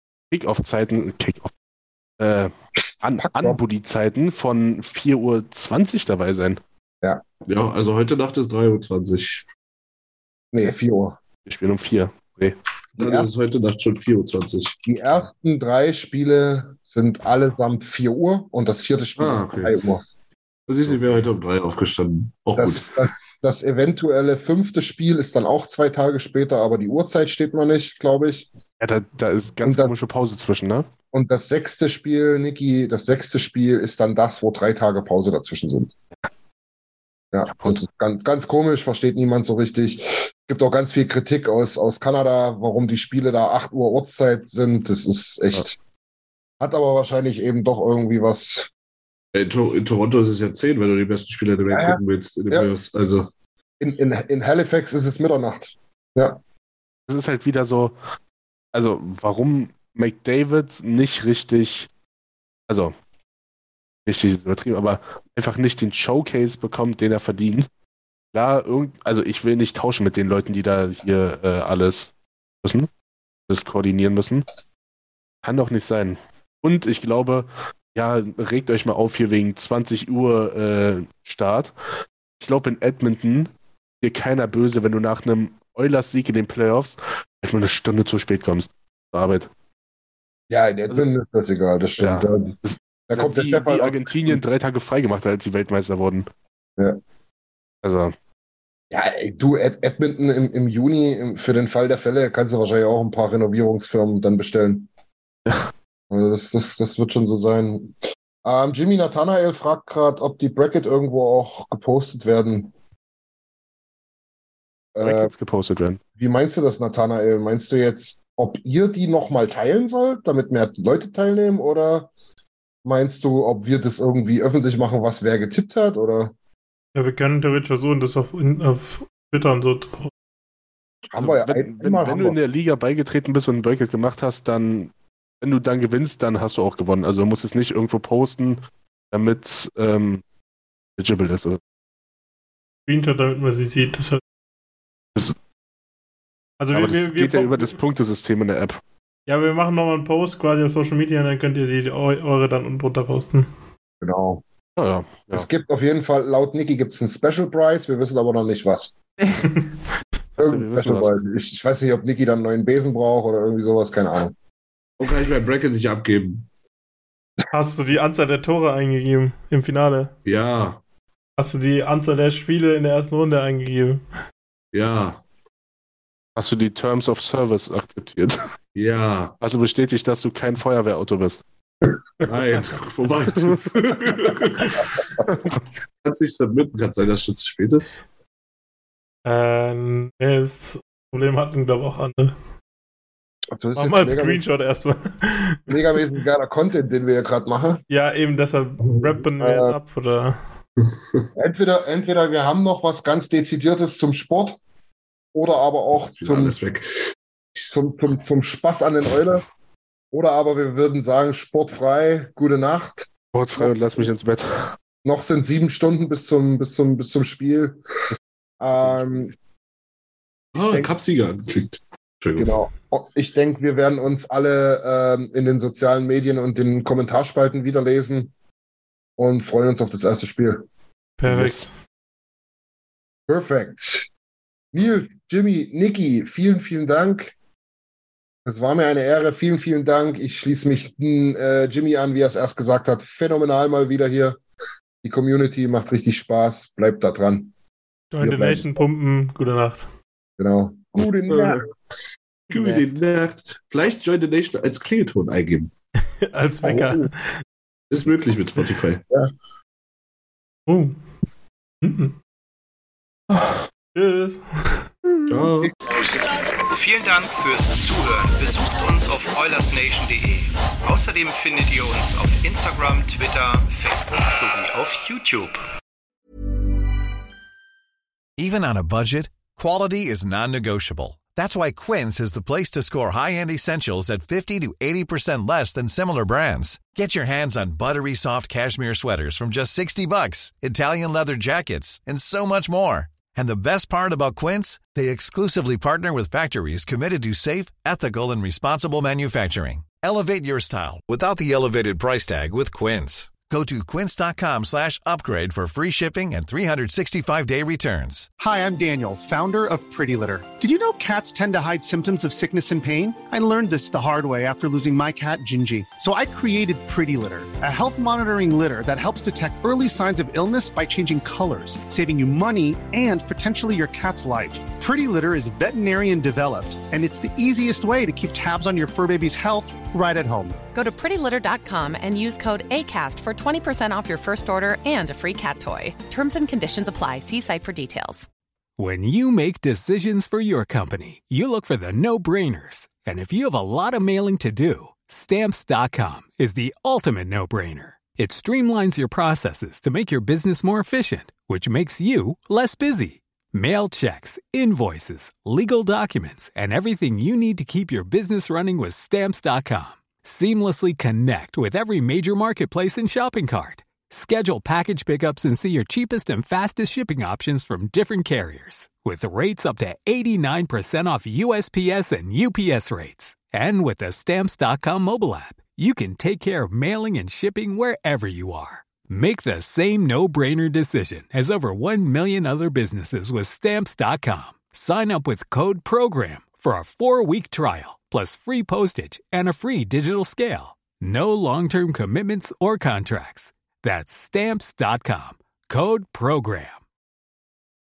Anbuddy-Zeiten von 4:20 Uhr dabei sein. Ja. Ja, also heute Nacht ist 3:20 Uhr. Nee, 4 Uhr. Wir spielen um 4. Okay. Dann ist es heute Nacht schon 4:20 Uhr. Die ersten 3 Spiele sind allesamt 4 Uhr und das 4. Spiel ist 3 Uhr. Das ist, ich wäre heute um 3 aufgestanden. Auch gut. Das eventuelle 5. Spiel ist dann auch 2 Tage später, aber die Uhrzeit steht noch nicht, glaube ich. Ja, da ist ganz komische Pause zwischen, ne? Und das 6. Spiel, Niki, ist dann das, wo 3 Tage Pause dazwischen sind. Ja, das ist ganz, ganz komisch, versteht niemand so richtig. Es gibt auch ganz viel Kritik aus Kanada, warum die Spiele da 8 Uhr Ortszeit sind. Das ist echt. Hat aber wahrscheinlich eben doch irgendwie was. In Toronto ist es ja 10, wenn du die besten Spieler der Welt gucken willst. In den Playoffs. Also. In Halifax ist es Mitternacht. Ja. Das ist halt wieder so, also warum McDavid nicht richtig, also richtig übertrieben, aber einfach nicht den Showcase bekommt, den er verdient. Klar, also ich will nicht tauschen mit den Leuten, die da hier alles koordinieren müssen. Kann doch nicht sein. Und ich glaube, ja, regt euch mal auf hier wegen 20 Uhr Start. Ich glaube, in Edmonton dir keiner böse, wenn du nach einem Oilers-Sieg in den Playoffs einfach eine Stunde zu spät kommst zur Arbeit. Ja, in Edmonton ist das egal, das stimmt. Ja. Da kommt wie Argentinien 3 Tage freigemacht hat, als sie Weltmeister wurden. Ja. Also. Ja, du, Edmonton im Juni, für den Fall der Fälle, kannst du wahrscheinlich auch ein paar Renovierungsfirmen dann bestellen. Ja. Also das wird schon so sein. Jimmy Nathanael fragt gerade, ob die Bracket irgendwo auch gepostet werden. Brackets gepostet werden. Wie meinst du das, Nathanael? Meinst du jetzt, ob ihr die nochmal teilen sollt, damit mehr Leute teilnehmen? Oder meinst du, ob wir das irgendwie öffentlich machen, was wer getippt hat? Oder? Ja, wir können theoretisch versuchen, das auf Twitter und so zu posten. Also, wenn du in der Liga beigetreten bist und ein Bracket gemacht hast, dann, wenn du dann gewinnst, dann hast du auch gewonnen. Also du musst es nicht irgendwo posten, damit es legible ist. Oder? Screenshot, damit man sie sieht. Also aber das geht ja über das Punktesystem in der App. Ja, wir machen nochmal einen Post quasi auf Social Media und dann könnt ihr eure dann unten drunter posten. Genau. Ja. Es gibt auf jeden Fall, laut Niki gibt es einen Special Prize, wir wissen aber noch nicht was. Irgendein Special Prize. Ich weiß nicht, ob Niki dann einen neuen Besen braucht oder irgendwie sowas, keine Ahnung. Und kann ich mein Bracket nicht abgeben? Hast du die Anzahl der Tore eingegeben im Finale? Ja. Hast du die Anzahl der Spiele in der ersten Runde eingegeben? Ja. Hast du die Terms of Service akzeptiert? Ja. Also bestätigt, dass du kein Feuerwehrauto bist. Nein, wobei das kannst nicht submitten, kann sein, dass es schon zu spät ist. Nee, das Problem hatten, glaube ich, auch andere. Also das Mach ist mal einen jetzt Screenshot erstmal. megamäßig geiler Content, den wir hier gerade machen. Ja, eben, deshalb rappen wir jetzt ab, oder? Entweder wir haben noch was ganz Dezidiertes zum Sport oder aber auch zum Spaß an den Eulen. Oder aber wir würden sagen, sportfrei, gute Nacht. Sportfrei und lass mich ins Bett. Noch sind 7 Stunden bis zum Spiel. Cupsieger angeklickt. Genau. Ich denke, wir werden uns alle in den sozialen Medien und den Kommentarspalten wiederlesen und freuen uns auf das erste Spiel. Perfekt. Perfekt. Nils, Jimmy, Niki, vielen, vielen Dank. Es war mir eine Ehre. Vielen, vielen Dank. Ich schließe mich Jimmy an, wie er es erst gesagt hat. Phänomenal mal wieder hier. Die Community macht richtig Spaß. Bleibt da dran. Join the Nation pumpen. Gute Nacht. Genau. Gute Nacht. Gute Nacht. Vielleicht Join the Nation als Klingelton eingeben. Als Wecker. Ist möglich mit Spotify. Ja. Tschüss. Ciao. Vielen Dank fürs Zuhören. Besucht uns auf OilersNation.de. Außerdem findet ihr uns auf Instagram, Twitter, Facebook sowie auf YouTube. Even on a budget, quality is non-negotiable. That's why Quince is the place to score high-end essentials at 50 to 80% less than similar brands. Get your hands on buttery soft cashmere sweaters from just $60, Italian leather jackets, and so much more. And the best part about Quince, they exclusively partner with factories committed to safe, ethical, and responsible manufacturing. Elevate your style without the elevated price tag with Quince. Go to quince.com/upgrade for free shipping and 365-day returns. Hi, I'm Daniel, founder of Pretty Litter. Did you know cats tend to hide symptoms of sickness and pain? I learned this the hard way after losing my cat, Gingy. So I created Pretty Litter, a health monitoring litter that helps detect early signs of illness by changing colors, saving you money and potentially your cat's life. Pretty Litter is veterinarian developed, and it's the easiest way to keep tabs on your fur baby's health right at home. Go to prettylitter.com and use code ACAST for 20% off your first order and a free cat toy. Terms and conditions apply. See site for details. When you make decisions for your company, you look for the no-brainers. And if you have a lot of mailing to do, Stamps.com is the ultimate no-brainer. It streamlines your processes to make your business more efficient, which makes you less busy. Mail checks, invoices, legal documents, and everything you need to keep your business running with Stamps.com. Seamlessly connect with every major marketplace and shopping cart. Schedule package pickups and see your cheapest and fastest shipping options from different carriers. With rates up to 89% off USPS and UPS rates. And with the Stamps.com mobile app, you can take care of mailing and shipping wherever you are. Make the same no-brainer decision as over 1 million other businesses with Stamps.com. Sign up with code PROGRAM for a 4-week trial, plus free postage and a free digital scale. No long-term commitments or contracts. That's Stamps.com. Code PROGRAM.